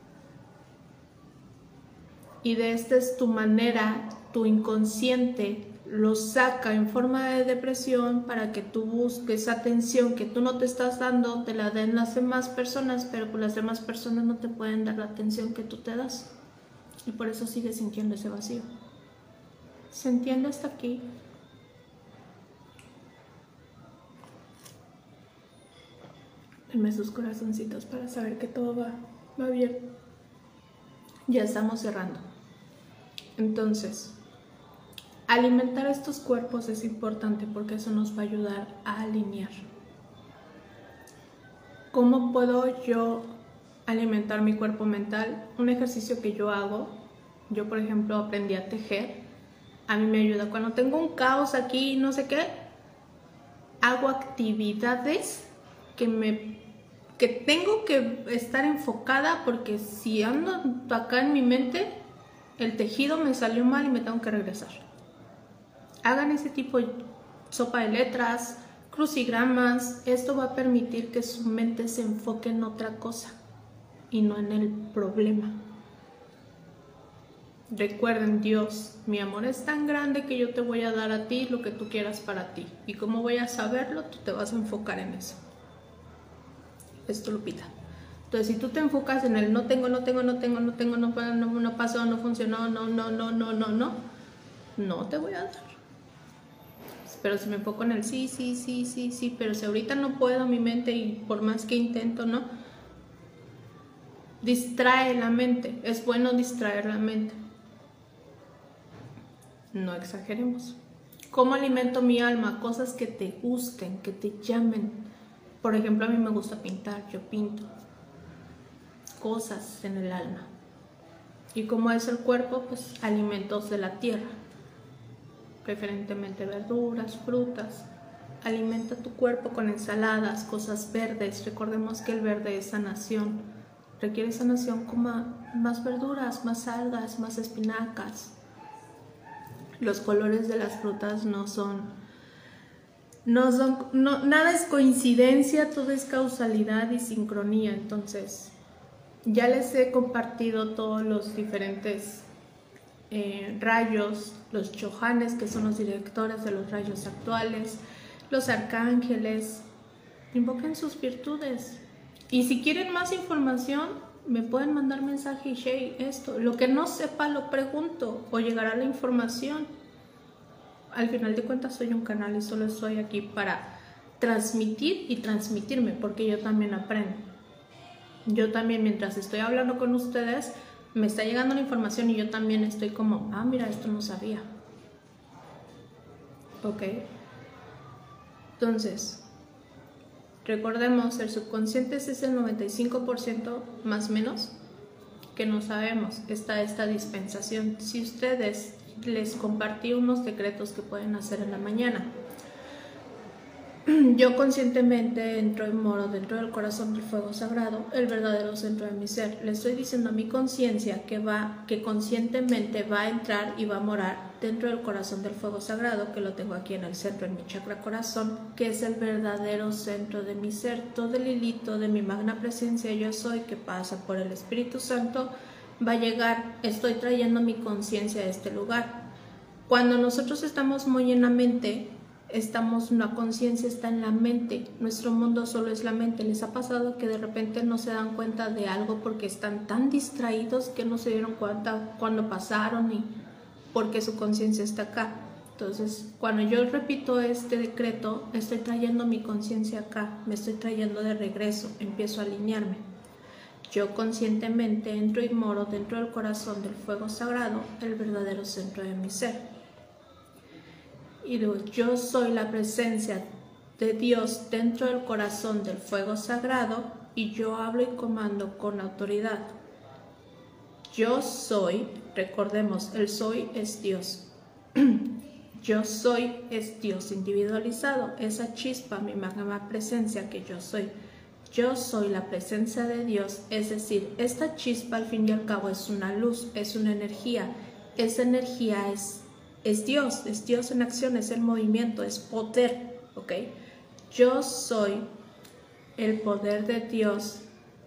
Y de esta es tu manera, tu inconsciente lo saca en forma de depresión para que tú busques atención que tú no te estás dando, te la den las demás personas, pero pues las demás personas no te pueden dar la atención que tú te das. Y por eso sigues sintiendo ese vacío. ¿Se entiende hasta aquí? Denme sus corazoncitos para saber que todo va bien. Ya estamos cerrando. Entonces, alimentar estos cuerpos es importante porque eso nos va a ayudar a alinear. ¿Cómo puedo yo alimentar mi cuerpo mental. Un ejercicio que yo hago, yo por ejemplo aprendí a tejer, a mí me ayuda cuando tengo un caos aquí, no sé qué, hago actividades que tengo que estar enfocada, porque si ando acá en mi mente, el tejido me salió mal y me tengo que regresar. Hagan ese tipo de sopa de letras, crucigramas. Esto va a permitir que su mente se enfoque en otra cosa y no en el problema. Recuerden, Dios, mi amor es tan grande que yo te voy a dar a ti lo que tú quieras para ti. Y como voy a saberlo, tú te vas a enfocar en eso. Esto, Lupita. Entonces, si tú te enfocas en el no tengo, no pasó, no funcionó, no te voy a dar. Pero si me enfoco en el sí, pero si ahorita no puedo, mi mente, y por más que intento, no. Distrae la mente. Es bueno distraer la mente. No exageremos. ¿Cómo alimento mi alma? Cosas que te gusten, que te llamen. Por ejemplo, a mí me gusta pintar, yo pinto cosas en el alma. ¿Y cómo es el cuerpo? Pues alimentos de la tierra, preferentemente verduras, frutas. Alimenta tu cuerpo con ensaladas, cosas verdes. Recordemos que el verde es sanación. Requiere sanación, coma más verduras, más algas, más espinacas. Los colores de las frutas nada es coincidencia, todo es causalidad y sincronía. Entonces, ya les he compartido todos los diferentes rayos, los chohanes, que son los directores de los rayos actuales, los arcángeles. Invoquen sus virtudes. Y si quieren más información, me pueden mandar mensaje y Shay, esto. Lo que no sepa lo pregunto o llegará la información. Al final de cuentas soy un canal y solo estoy aquí para transmitir y transmitirme, porque yo también aprendo. Yo también, mientras estoy hablando con ustedes, me está llegando la información y yo también estoy como, mira, esto no sabía. Ok. Entonces, recordemos, el subconsciente es el 95% más o menos que no sabemos. Está esta dispensación. Si ustedes, les compartí unos decretos que pueden hacer en la mañana. Yo conscientemente entro en moro dentro del corazón del fuego sagrado, el verdadero centro de mi ser. Le estoy diciendo a mi conciencia que conscientemente va a entrar y va a morar dentro del corazón del fuego sagrado, que lo tengo aquí en el centro, en mi chakra corazón, que es el verdadero centro de mi ser. Todo el hilito de mi magna presencia yo soy, que pasa por el Espíritu Santo, va a llegar. Estoy trayendo mi conciencia a este lugar. Cuando nosotros estamos muy en la mente, la conciencia está en la mente, nuestro mundo solo es la mente. ¿Les ha pasado que de repente no se dan cuenta de algo porque están tan distraídos que no se dieron cuenta cuando pasaron y porque su conciencia está acá? Entonces, cuando yo repito este decreto, estoy trayendo mi conciencia acá, me estoy trayendo de regreso, empiezo a alinearme. Yo conscientemente entro y moro dentro del corazón del fuego sagrado, el verdadero centro de mi ser. Y digo, yo soy la presencia de Dios dentro del corazón del fuego sagrado, y yo hablo y comando con autoridad. Yo soy, recordemos, el soy es Dios. Yo soy es Dios individualizado, esa chispa, mi magna presencia que yo soy. Yo soy la presencia de Dios, es decir, esta chispa al fin y al cabo es una luz, es una energía. Esa energía es Dios en acción, es el movimiento, es poder, ¿ok? Yo soy el poder de Dios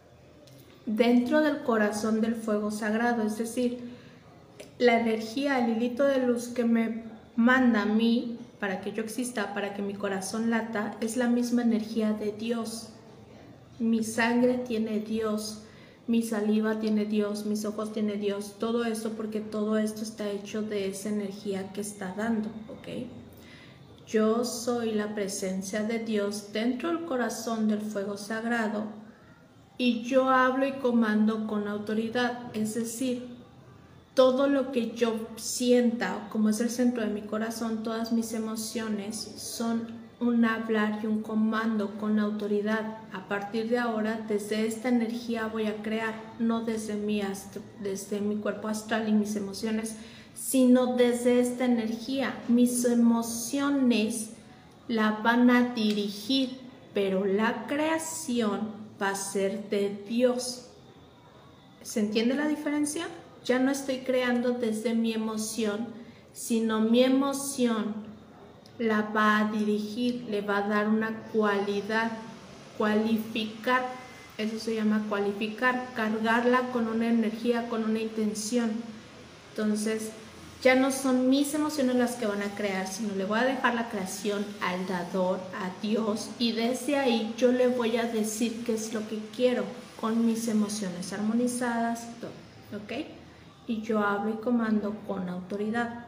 dentro del corazón del fuego sagrado, es decir, la energía, el hilito de luz que me manda a mí para que yo exista, para que mi corazón lata, es la misma energía de Dios. Mi sangre tiene Dios, mi saliva tiene Dios, mis ojos tiene Dios, todo esto porque todo esto está hecho de esa energía que está dando, ¿ok? Yo soy la presencia de Dios dentro del corazón del fuego sagrado, y yo hablo y comando con autoridad, es decir, todo lo que yo sienta, como es el centro de mi corazón, todas mis emociones son un hablar y un comando con autoridad. A partir de ahora, desde esta energía voy a crear, no desde mi cuerpo astral y mis emociones, sino desde esta energía. Mis emociones la van a dirigir, pero la creación va a ser de Dios. ¿Se entiende la diferencia? Ya no estoy creando desde mi emoción, sino mi emoción la va a dirigir, le va a dar una cualidad, cualificar, eso se llama cualificar, cargarla con una energía, con una intención. Entonces, ya no son mis emociones las que van a crear, sino le voy a dejar la creación al dador, a Dios, y desde ahí yo le voy a decir qué es lo que quiero con mis emociones armonizadas, todo, ¿ok? Y yo hablo y comando con autoridad.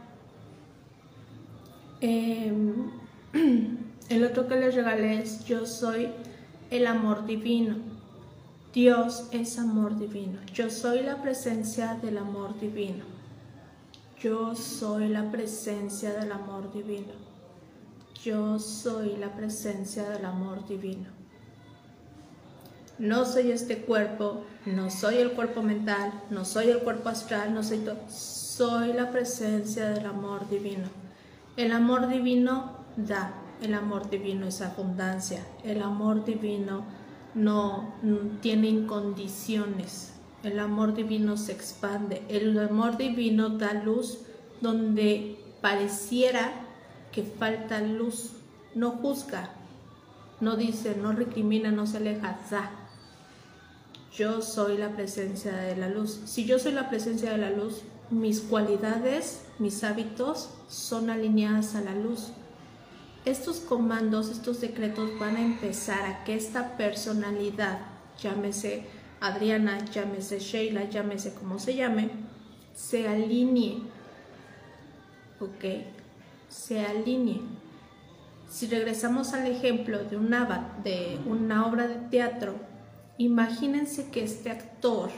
El otro que les regalé es: yo soy el amor divino. Dios es amor divino. Yo soy la presencia del amor divino. Yo soy la presencia del amor divino. Yo soy la presencia del amor divino. No soy este cuerpo, no soy el cuerpo mental, no soy el cuerpo astral, no soy todo. Soy la presencia del amor divino. El amor divino da, el amor divino es abundancia, el amor divino no tiene incondiciones, el amor divino se expande, el amor divino da luz donde pareciera que falta luz, no juzga, no dice, no recrimina, no se aleja, da. Yo soy la presencia de la luz. Si yo soy la presencia de la luz, mis cualidades, mis hábitos son alineadas a la luz. Estos comandos, estos decretos van a empezar a que esta personalidad, llámese Adriana, llámese Sheila, llámese como se llame, se alinee, ¿ok? Se alinee. Si regresamos al ejemplo de una obra de teatro, imagínense que este actor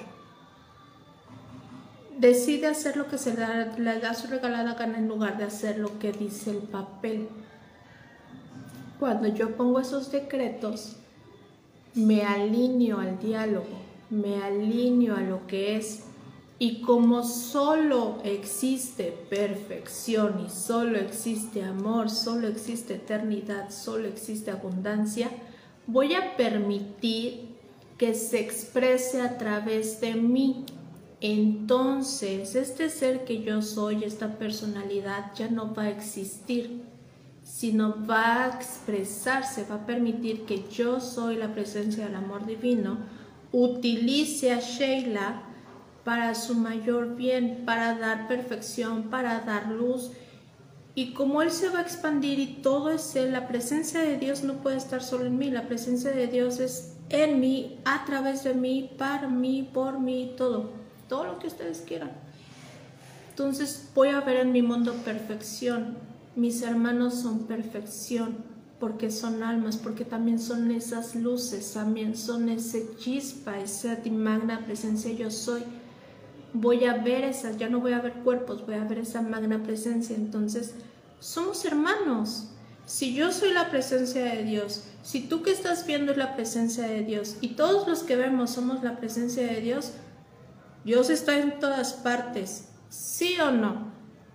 decide hacer lo que le da su regalada gana en lugar de hacer lo que dice el papel. Cuando yo pongo esos decretos, me alineo al diálogo, me alineo a lo que es. Y como solo existe perfección y solo existe amor, solo existe eternidad, solo existe abundancia, voy a permitir que se exprese a través de mí. Entonces, este ser que yo soy, esta personalidad, ya no va a existir, sino va a expresarse, va a permitir que yo soy la presencia del amor divino, utilice a Sheila para su mayor bien, para dar perfección, para dar luz. Y como él se va a expandir y todo es él, la presencia de Dios no puede estar solo en mí, la presencia de Dios es en mí, a través de mí, para mí, por mí, todo lo que ustedes quieran. Entonces voy a ver en mi mundo perfección. Mis hermanos son perfección, porque son almas, porque también son esas luces, también son ese chispa, esa magna presencia yo soy. Voy a ver esas, ya no voy a ver cuerpos, voy a ver esa magna presencia. Entonces somos hermanos. Si yo soy la presencia de Dios, si tú que estás viendo es la presencia de Dios y todos los que vemos somos la presencia de Dios, Dios está en todas partes, ¿sí o no?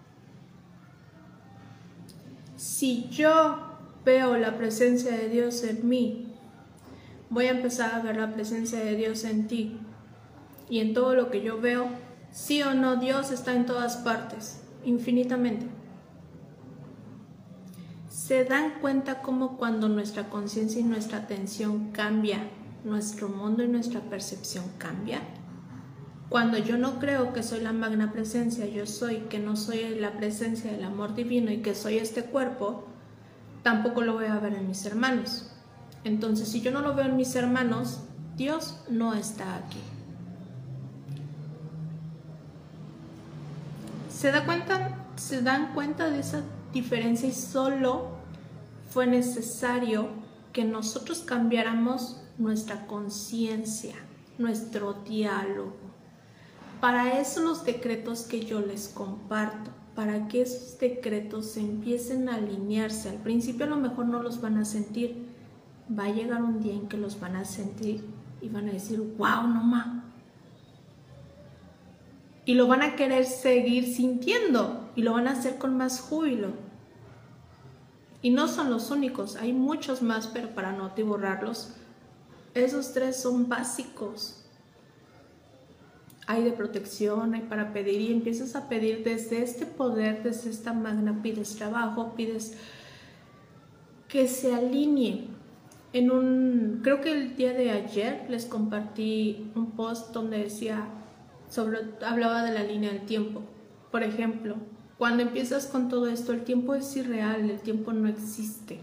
Si yo veo la presencia de Dios en mí, voy a empezar a ver la presencia de Dios en ti. Y en todo lo que yo veo, sí o no, Dios está en todas partes, infinitamente. ¿Se dan cuenta cómo cuando nuestra conciencia y nuestra atención cambia, nuestro mundo y nuestra percepción cambia? Cuando yo no creo que soy la magna presencia, yo soy, que no soy la presencia del amor divino y que soy este cuerpo, tampoco lo voy a ver en mis hermanos. Entonces, si yo no lo veo en mis hermanos, Dios no está aquí. ¿Se dan cuenta de esa diferencia? Y solo fue necesario que nosotros cambiáramos nuestra conciencia, nuestro diálogo. Para eso los decretos que yo les comparto, para que esos decretos empiecen a alinearse. Al principio a lo mejor no los van a sentir, va a llegar un día en que los van a sentir y van a decir, wow, no ma. Y lo van a querer seguir sintiendo y lo van a hacer con más júbilo. Y no son los únicos, hay muchos más, pero para no atiborrarlos, esos 3 son básicos. Hay de protección, hay para pedir, y empiezas a pedir desde este poder, desde esta magna, pides trabajo, pides que se alinee. Creo que el día de ayer les compartí un post donde decía, hablaba de la línea del tiempo. Por ejemplo, cuando empiezas con todo esto, el tiempo es irreal, el tiempo no existe.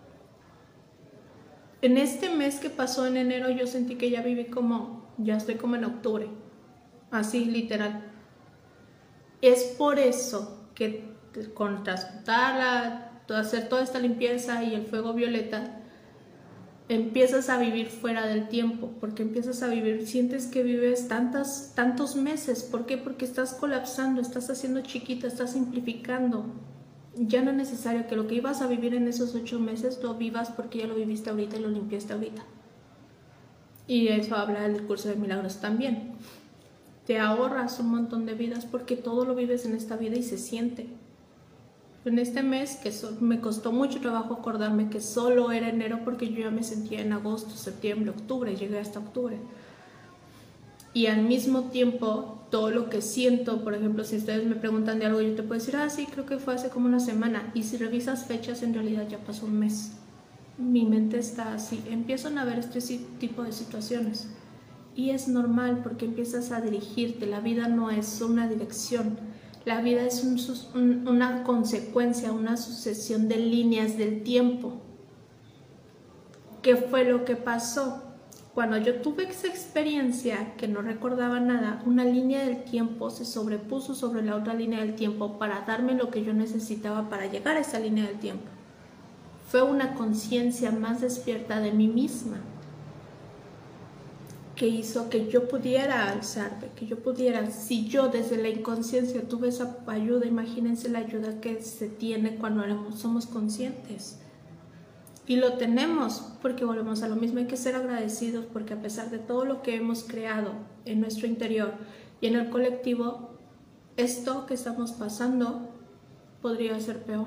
En este mes que pasó en enero, yo sentí que ya estoy como en octubre. Así, literal. Es por eso que con transmutarla, hacer toda esta limpieza y el fuego violeta, empiezas a vivir fuera del tiempo, porque empiezas a vivir, sientes que vives tantos meses. ¿Por qué? Porque estás colapsando, estás haciendo chiquita, estás simplificando. Ya no es necesario que lo que ibas a vivir en esos 8 meses lo vivas, porque ya lo viviste ahorita y lo limpiaste ahorita. Y eso habla del curso de milagros también. Te ahorras un montón de vidas porque todo lo vives en esta vida y se siente. En este mes, que me costó mucho trabajo acordarme que solo era enero, porque yo ya me sentía en agosto, septiembre, octubre, llegué hasta octubre. Y al mismo tiempo, todo lo que siento, por ejemplo, si ustedes me preguntan de algo, yo te puedo decir, sí, creo que fue hace como una semana. Y si revisas fechas, en realidad ya pasó un mes. Mi mente está así. Empiezan a ver este tipo de situaciones. Y es normal, porque empiezas a dirigirte. La vida no es una dirección. La vida es una consecuencia, una sucesión de líneas del tiempo. ¿Qué fue lo que pasó? Cuando yo tuve esa experiencia que no recordaba nada, una línea del tiempo se sobrepuso sobre la otra línea del tiempo para darme lo que yo necesitaba para llegar a esa línea del tiempo. Fue una conciencia más despierta de mí misma que hizo que yo pudiera alzarme, que yo pudiera, si yo desde la inconsciencia tuve esa ayuda, imagínense la ayuda que se tiene cuando somos conscientes. Y lo tenemos, porque volvemos a lo mismo, hay que ser agradecidos, porque a pesar de todo lo que hemos creado en nuestro interior y en el colectivo, esto que estamos pasando podría ser peor.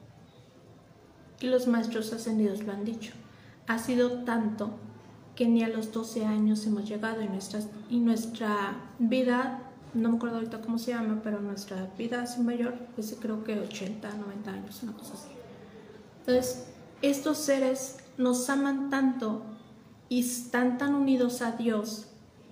Y los maestros ascendidos lo han dicho. Ha sido tanto que ni a los 12 años hemos llegado, y nuestra vida, no me acuerdo ahorita cómo se llama, pero nuestra vida así mayor, pues creo que 80, 90 años, una cosa así. Entonces, estos seres nos aman tanto y están tan unidos a Dios,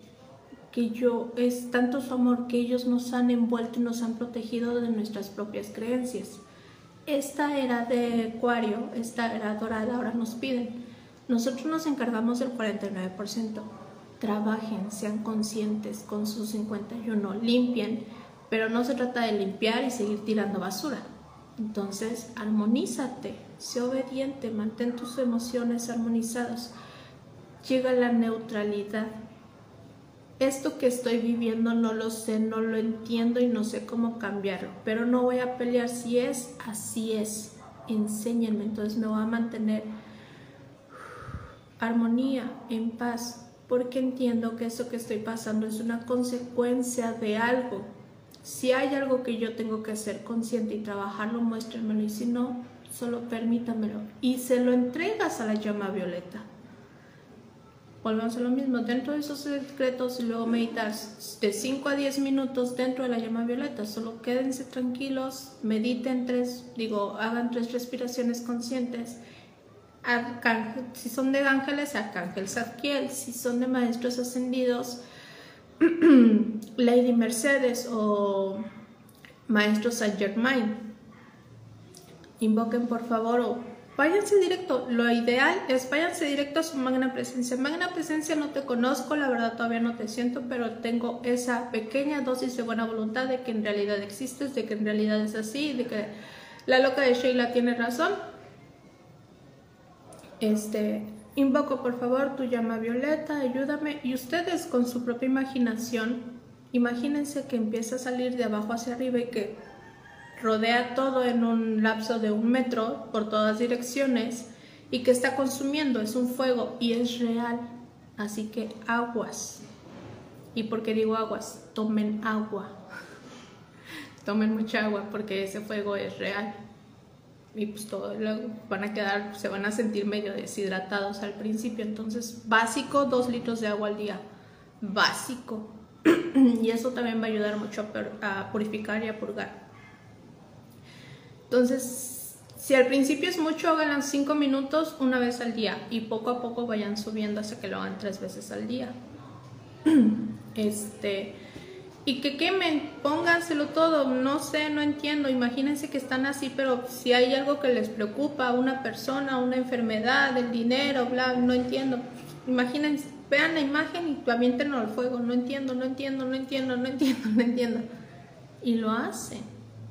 es tanto su amor que ellos nos han envuelto y nos han protegido de nuestras propias creencias. Esta era de Acuario, esta era dorada, ahora nos piden. Nosotros nos encargamos del 49%. Trabajen, sean conscientes con sus 51, limpien, pero no se trata de limpiar y seguir tirando basura. Entonces, armonízate, sé obediente, mantén tus emociones armonizadas. Llega la neutralidad. Esto que estoy viviendo no lo sé, no lo entiendo y no sé cómo cambiarlo, pero no voy a pelear. Si es, así es. Enséñenme, entonces me voy a mantener armonía, en paz, porque entiendo que eso que estoy pasando es una consecuencia de algo. Si hay algo que yo tengo que ser consciente y trabajarlo, muéstrenmelo, y si no, solo permítamelo. Y se lo entregas a la llama violeta. Volvemos a lo mismo, dentro de esos secretos, y luego meditar de 5 a 10 minutos dentro de la llama violeta. Solo quédense tranquilos, mediten hagan 3 respiraciones conscientes. Si son de ángeles, Arcángel Zadkiel. Si son de maestros ascendidos, Lady Mercedes o Maestro Saint Germain. Invoquen, por favor, o váyanse directo. Lo ideal es váyanse directo a su magna presencia. Magna presencia, no te conozco, la verdad todavía no te siento, pero tengo esa pequeña dosis de buena voluntad de que en realidad existes, de que en realidad es así, de que la loca de Sheila tiene razón. Invoco, por favor, tu llama violeta, ayúdame. Y ustedes con su propia imaginación Imagínense que empieza a salir de abajo hacia arriba y que rodea todo en un lapso de 1 metro por todas direcciones y que está consumiendo, es un fuego y es real. Así que aguas. ¿Y por qué digo aguas? Tomen agua. Tomen mucha agua porque ese fuego es real. Y pues todo, luego van a quedar, se van a sentir medio deshidratados al principio. Entonces, básico, 2 litros de agua al día. Básico. Y eso también va a ayudar mucho a purificar y a purgar. Entonces, si al principio es mucho, háganlo 5 minutos una vez al día y poco a poco vayan subiendo hasta que lo hagan 3 veces al día. Y que quemen, pónganselo todo, no sé, no entiendo, imagínense que están así, pero si hay algo que les preocupa, una persona, una enfermedad, el dinero, bla, no entiendo, imagínense, vean la imagen y aviéntenlo al fuego, no entiendo, no entiendo, no entiendo, no entiendo, no entiendo, y lo hacen.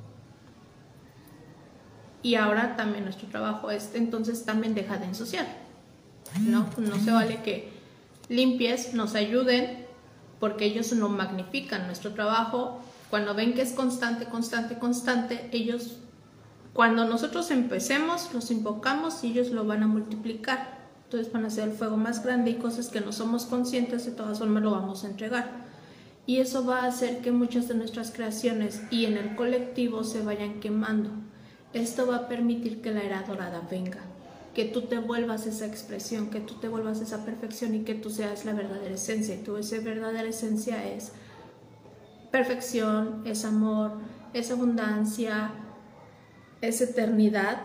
Y ahora también nuestro trabajo es, entonces también deja de ensuciar, no se vale que limpies, nos ayuden, porque ellos lo magnifican. Nuestro trabajo, cuando ven que es constante, constante, constante, ellos, cuando nosotros empecemos, los invocamos y ellos lo van a multiplicar. Entonces van a hacer el fuego más grande y cosas que no somos conscientes, de todas formas lo vamos a entregar. Y eso va a hacer que muchas de nuestras creaciones y en el colectivo se vayan quemando. Esto va a permitir que la era dorada venga, que tú te vuelvas esa expresión, que tú te vuelvas esa perfección y que tú seas la verdadera esencia. Y tu esa verdadera esencia es perfección, es amor, es abundancia, es eternidad.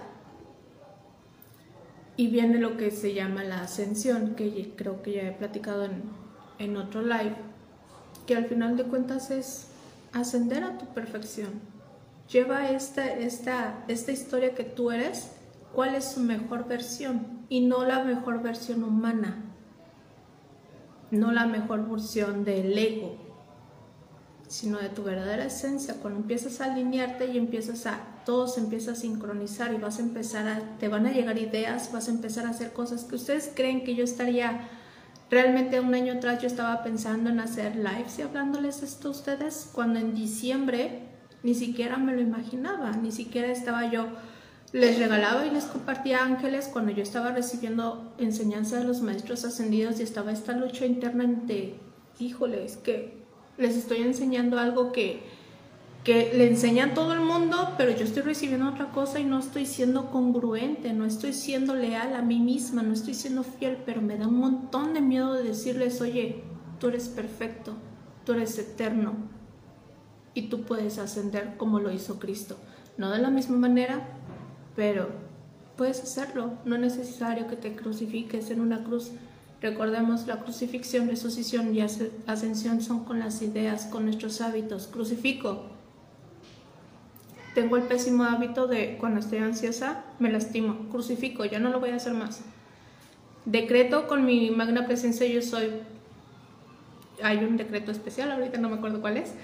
Y viene lo que se llama la ascensión, que creo que ya he platicado en otro live, que al final de cuentas es ascender a tu perfección. Lleva esta historia que tú eres. ¿Cuál es su mejor versión? Y no la mejor versión humana, no la mejor versión del ego, sino de tu verdadera esencia. Cuando empiezas a alinearte y todo se empieza a sincronizar y vas a empezar te van a llegar ideas, vas a empezar a hacer cosas que ustedes creen que yo estaría, realmente 1 año atrás yo estaba pensando en hacer lives y hablándoles esto a ustedes, cuando en diciembre ni siquiera me lo imaginaba, ni siquiera estaba yo. Les regalaba y les compartía ángeles cuando yo estaba recibiendo enseñanza de los maestros ascendidos y estaba esta lucha interna de, híjole, es que les estoy enseñando algo que le enseña a todo el mundo, pero yo estoy recibiendo otra cosa y no estoy siendo congruente, no estoy siendo leal a mí misma, no estoy siendo fiel, pero me da un montón de miedo de decirles, oye, tú eres perfecto, tú eres eterno y tú puedes ascender como lo hizo Cristo. No de la misma manera, pero puedes hacerlo. No es necesario que te crucifiques en una cruz. Recordemos, la crucifixión, resucitación y ascensión son con las ideas, con nuestros hábitos. Crucifico. Tengo el pésimo hábito de cuando estoy ansiosa, me lastimo. Crucifico, ya no lo voy a hacer más. Decreto con mi magna presencia yo soy. Hay un decreto especial, ahorita no me acuerdo cuál es.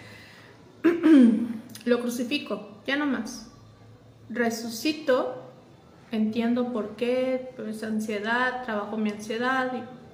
Lo crucifico, ya no más. Resucito, entiendo por qué, pues ansiedad, trabajo mi ansiedad.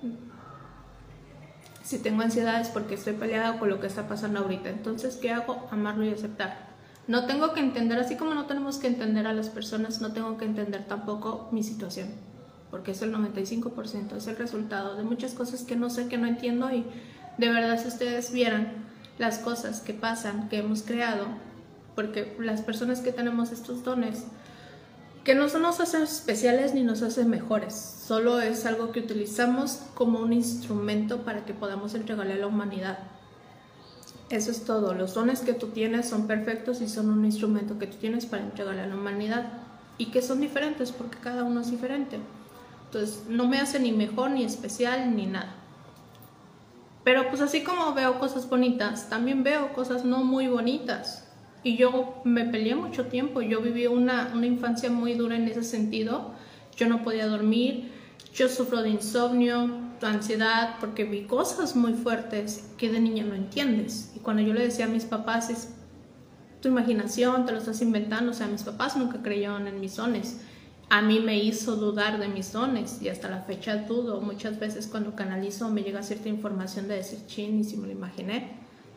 Si tengo ansiedad es porque estoy peleada con lo que está pasando ahorita. Entonces, ¿qué hago? Amarlo y aceptar. No tengo que entender, así como no tenemos que entender a las personas, no tengo que entender tampoco mi situación, porque es el 95%, es el resultado de muchas cosas que no sé, que no entiendo. Y de verdad, si ustedes vieran las cosas que pasan, que hemos creado, porque las personas que tenemos estos dones, que no nos hacen especiales ni nos hacen mejores, solo es algo que utilizamos como un instrumento para que podamos entregarle a la humanidad. Eso es todo. Los dones que tú tienes son perfectos y son un instrumento que tú tienes para entregarle a la humanidad, y que son diferentes porque cada uno es diferente. Entonces no me hace ni mejor ni especial ni nada. Pero pues así como veo cosas bonitas, también veo cosas no muy bonitas. Y yo me peleé mucho tiempo. Yo viví una infancia muy dura en ese sentido. Yo no podía dormir, yo sufro de insomnio, ansiedad, porque vi cosas muy fuertes que de niña no entiendes. Y cuando yo le decía a mis papás, es tu imaginación, te lo estás inventando. O sea, mis papás nunca creyeron en mis dones. A mí me hizo dudar de mis dones y hasta la fecha dudo. Muchas veces cuando canalizo me llega cierta información de decir, chin, y si me lo imaginé.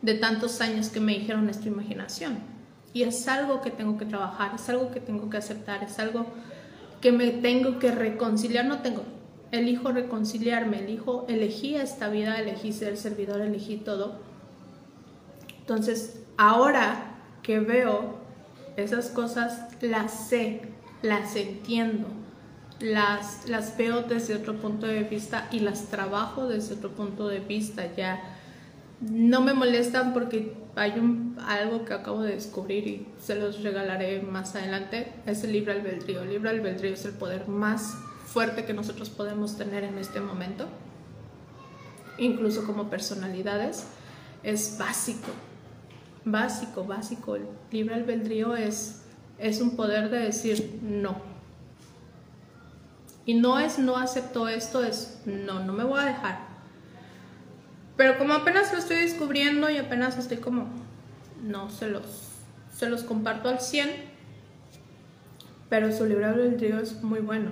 de tantos años que me dijeron es tu imaginación. Y es algo que tengo que trabajar, es algo que tengo que aceptar, es algo que me tengo que reconciliar. Elijo reconciliarme, elegí esta vida, elegí ser servidor, elegí todo. Entonces, ahora que veo esas cosas, las sé, las entiendo, las veo desde otro punto de vista y las trabajo desde otro punto de vista. Ya no me molestan porque hay algo que acabo de descubrir y se los regalaré más adelante. Es el libre albedrío. El libre albedrío es el poder más fuerte que nosotros podemos tener en este momento, incluso como personalidades. Es básico. El libre albedrío es un poder de decir no. Y no es no acepto esto, es no me voy a dejar. Pero como apenas lo estoy descubriendo y apenas estoy como, no se los comparto al 100, pero su libre albedrío es muy bueno.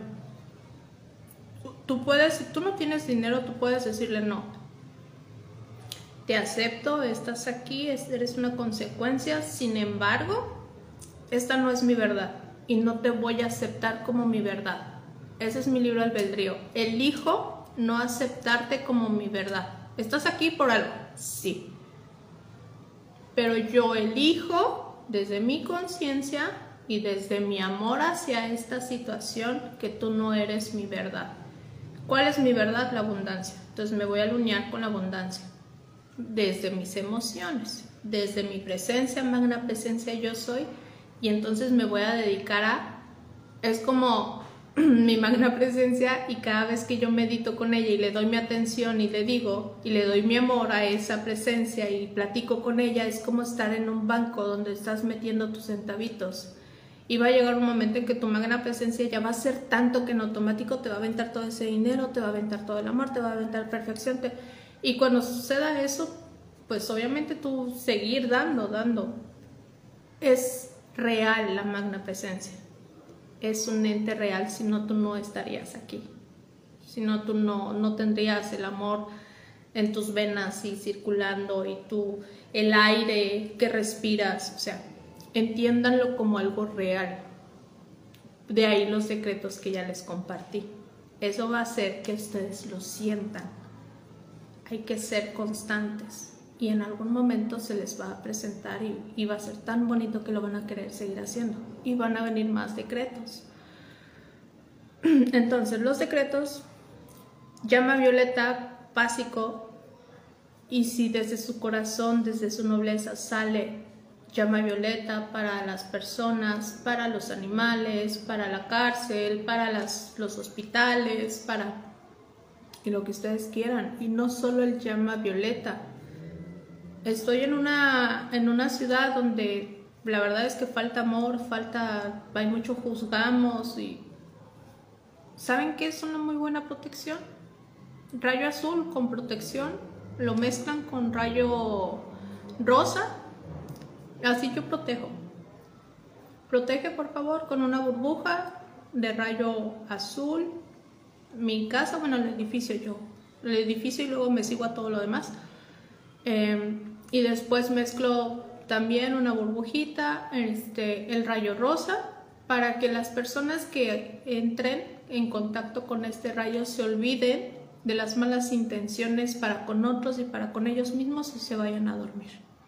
Tú puedes, si tú no tienes dinero, tú puedes decirle no. Te acepto, estás aquí, eres una consecuencia, sin embargo, esta no es mi verdad y no te voy a aceptar como mi verdad. Ese es mi libre albedrío. Elijo no aceptarte como mi verdad. ¿Estás aquí por algo? Sí. Pero yo elijo desde mi conciencia y desde mi amor hacia esta situación que tú no eres mi verdad. ¿Cuál es mi verdad? La abundancia. Entonces me voy a alinear con la abundancia. Desde mis emociones, desde mi presencia, magna presencia yo soy, y entonces me voy a dedicar es como mi magna presencia, y cada vez que yo medito con ella y le doy mi atención y le digo y le doy mi amor a esa presencia y platico con ella, es como estar en un banco donde estás metiendo tus centavitos. Y va a llegar un momento en que tu magna presencia ya va a ser tanto que en automático te va a aventar todo ese dinero, te va a aventar todo el amor, te va a aventar perfección. Y cuando suceda eso, pues obviamente tú seguir dando. Es real la magna presencia. Es un ente real, si no tú no estarías aquí. Si no tú no tendrías el amor en tus venas y circulando y el aire que respiras. O sea, entiéndanlo como algo real. De ahí los secretos que ya les compartí. Eso va a hacer que ustedes lo sientan. Hay que ser constantes y en algún momento se les va a presentar y va a ser tan bonito que lo van a querer seguir haciendo y van a venir más decretos. Entonces los decretos, llama violeta básico, y si desde su corazón, desde su nobleza sale llama violeta para las personas, para los animales, para la cárcel, para los hospitales, y lo que ustedes quieran, y no solo el llama violeta. Estoy en una ciudad donde la verdad es que falta amor, hay mucho juzgamos, y ¿saben qué es una muy buena protección? Rayo azul con protección, lo mezclan con rayo rosa, así yo protejo. Protege por favor con una burbuja de rayo azul mi casa, bueno, el edificio y luego me sigo a todo lo demás, y después mezclo también una burbujita, el rayo rosa, para que las personas que entren en contacto con este rayo se olviden de las malas intenciones para con otros y para con ellos mismos y se vayan a dormir.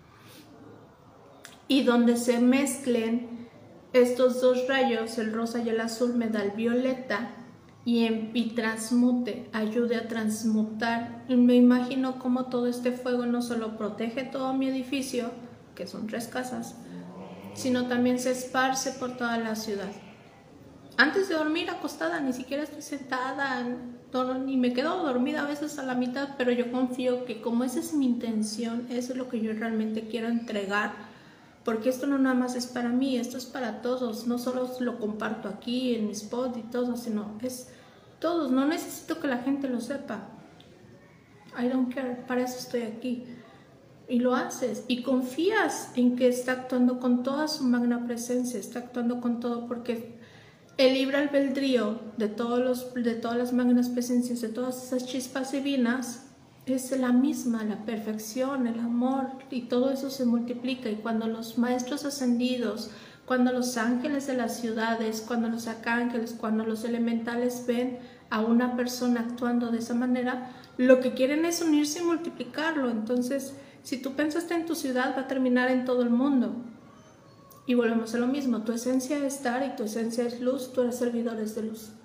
Y donde se mezclen estos dos rayos, el rosa y el azul, me da el violeta y transmute, ayude a transmutar. Y me imagino cómo todo este fuego no solo protege todo mi edificio, que son 3 casas, sino también se esparce por toda la ciudad. Antes de dormir acostada, ni siquiera estoy sentada, ni me quedo dormida a veces a la mitad, pero yo confío que como esa es mi intención, eso es lo que yo realmente quiero entregar, porque esto no nada más es para mí, esto es para todos, no solo lo comparto aquí en mi spot y todo, sino es todos, no necesito que la gente lo sepa. I don't care, para eso estoy aquí. Y lo haces y confías en que está actuando con toda su magna presencia, está actuando con todo, porque el libre albedrío de todas las magnas presencias, de todas esas chispas divinas, es la misma, la perfección, el amor, y todo eso se multiplica. Y cuando los maestros ascendidos, cuando los ángeles de las ciudades, cuando los arcángeles, cuando los elementales ven a una persona actuando de esa manera, lo que quieren es unirse y multiplicarlo. Entonces, si tú pensaste en tu ciudad, va a terminar en todo el mundo. Y volvemos a lo mismo, tu esencia es dar y tu esencia es luz, tú eres servidores de luz.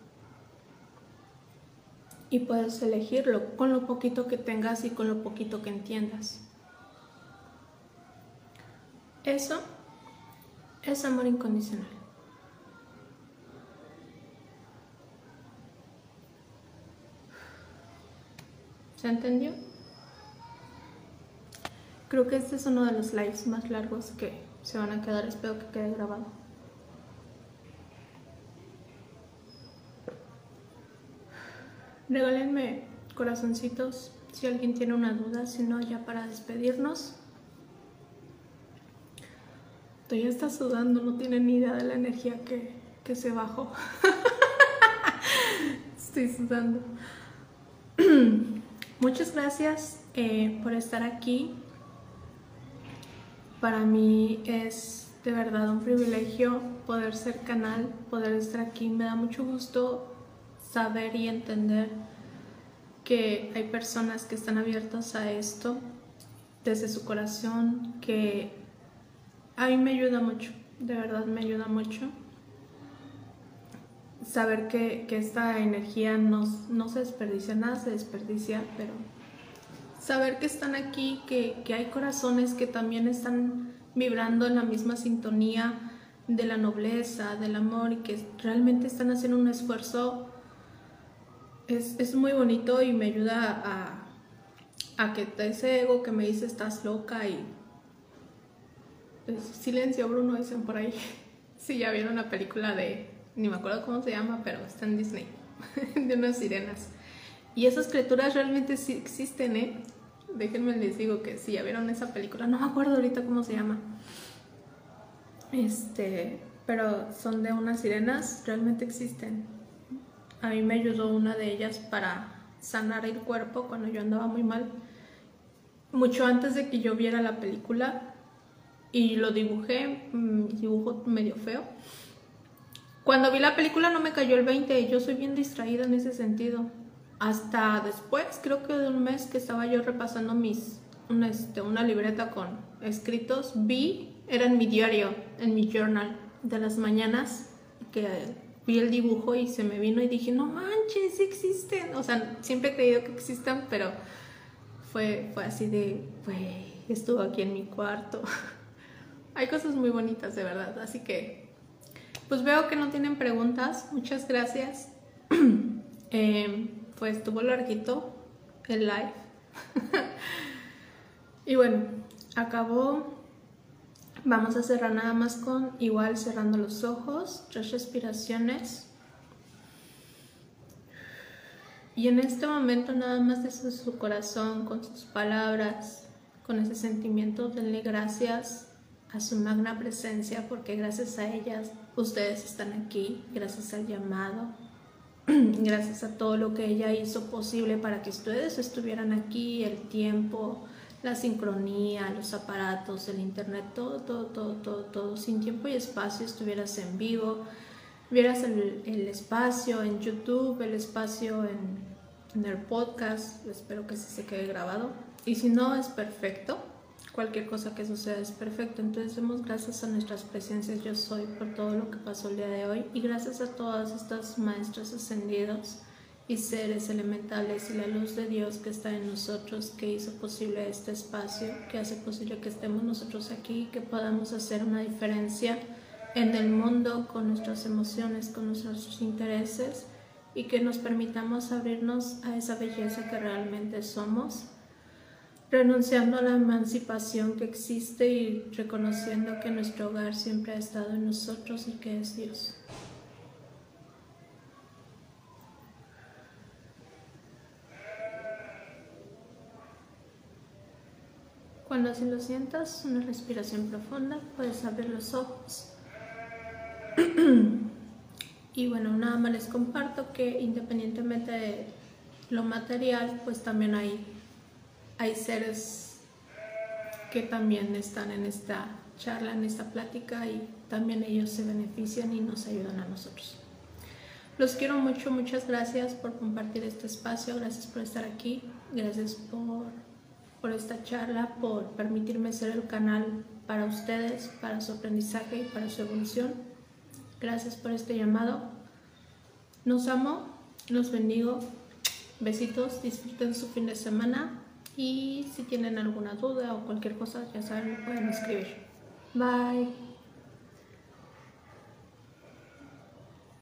Y puedes elegirlo con lo poquito que tengas y con lo poquito que entiendas. Eso es amor incondicional. ¿Se entendió? Creo que este es uno de los lives más largos que se van a quedar. Espero que quede grabado. Regálenme corazoncitos si alguien tiene una duda, si no, ya para despedirnos. Tú ya estás sudando, no tienen ni idea de la energía que se bajó. Estoy sudando. Muchas gracias por estar aquí. Para mí es de verdad un privilegio poder ser canal, poder estar aquí. Me da mucho gusto saber y entender que hay personas que están abiertas a esto desde su corazón, que a mí me ayuda mucho, de verdad me ayuda mucho saber que esta energía no se desperdicia, nada se desperdicia, pero saber que están aquí, que hay corazones que también están vibrando en la misma sintonía de la nobleza, del amor, y que realmente están haciendo un esfuerzo, es muy bonito y me ayuda a que ese ego que me dice estás loca y silencio Bruno, dicen por ahí. Sí, ya vieron la película de, ni me acuerdo cómo se llama, pero está en Disney, de unas sirenas. Y esas criaturas realmente sí existen, ¿eh? Déjenme les digo que si ya vieron esa película, no me acuerdo ahorita cómo se llama. Pero son de unas sirenas, realmente existen. A mí me ayudó una de ellas para sanar el cuerpo cuando yo andaba muy mal. Mucho antes de que yo viera la película, y lo dibujé, dibujo medio feo. Cuando vi la película no me cayó el 20, yo soy bien distraída en ese sentido. Hasta después, creo que de un mes que estaba yo repasando una libreta con escritos, era en mi diario, en mi journal de las mañanas, que vi el dibujo y se me vino y dije, no manches, sí existen. O sea, siempre he creído que existen, pero fue así de, güey, estuvo aquí en mi cuarto. Hay cosas muy bonitas, de verdad. Así que, pues veo que no tienen preguntas. Muchas gracias. Pues estuvo larguito el live. Y bueno, acabó. Vamos a cerrar nada más con, igual cerrando los ojos, 3 respiraciones. Y en este momento nada más desde su corazón, con sus palabras, con ese sentimiento, denle gracias a su magna presencia, porque gracias a ellas ustedes están aquí, gracias al llamado, gracias a todo lo que ella hizo posible para que ustedes estuvieran aquí, el tiempo, la sincronía, los aparatos, el internet, todo, sin tiempo y espacio estuvieras en vivo, vieras el espacio en YouTube, el espacio en el podcast. Espero que sí se quede grabado, y si no, es perfecto. Cualquier cosa que suceda es perfecto. Entonces demos gracias a nuestras presencias yo soy por todo lo que pasó el día de hoy, y gracias a todas estas maestras ascendidos y seres elementales y la luz de Dios que está en nosotros, que hizo posible este espacio, que hace posible que estemos nosotros aquí, que podamos hacer una diferencia en el mundo con nuestras emociones, con nuestros intereses, y que nos permitamos abrirnos a esa belleza que realmente somos, renunciando a la emancipación que existe y reconociendo que nuestro hogar siempre ha estado en nosotros y que es Dios. Cuando así lo sientas, una respiración profunda, puedes abrir los ojos. Y bueno, nada más les comparto que independientemente de lo material, pues también hay hay seres que también están en esta charla, en esta plática, y también ellos se benefician y nos ayudan a nosotros. Los quiero mucho, muchas gracias por compartir este espacio, gracias por estar aquí, gracias por esta charla, por permitirme ser el canal para ustedes, para su aprendizaje y para su evolución. Gracias por este llamado. Los amo, los bendigo. Besitos, disfruten su fin de semana y si tienen alguna duda o cualquier cosa, ya saben, me pueden escribir. Bye.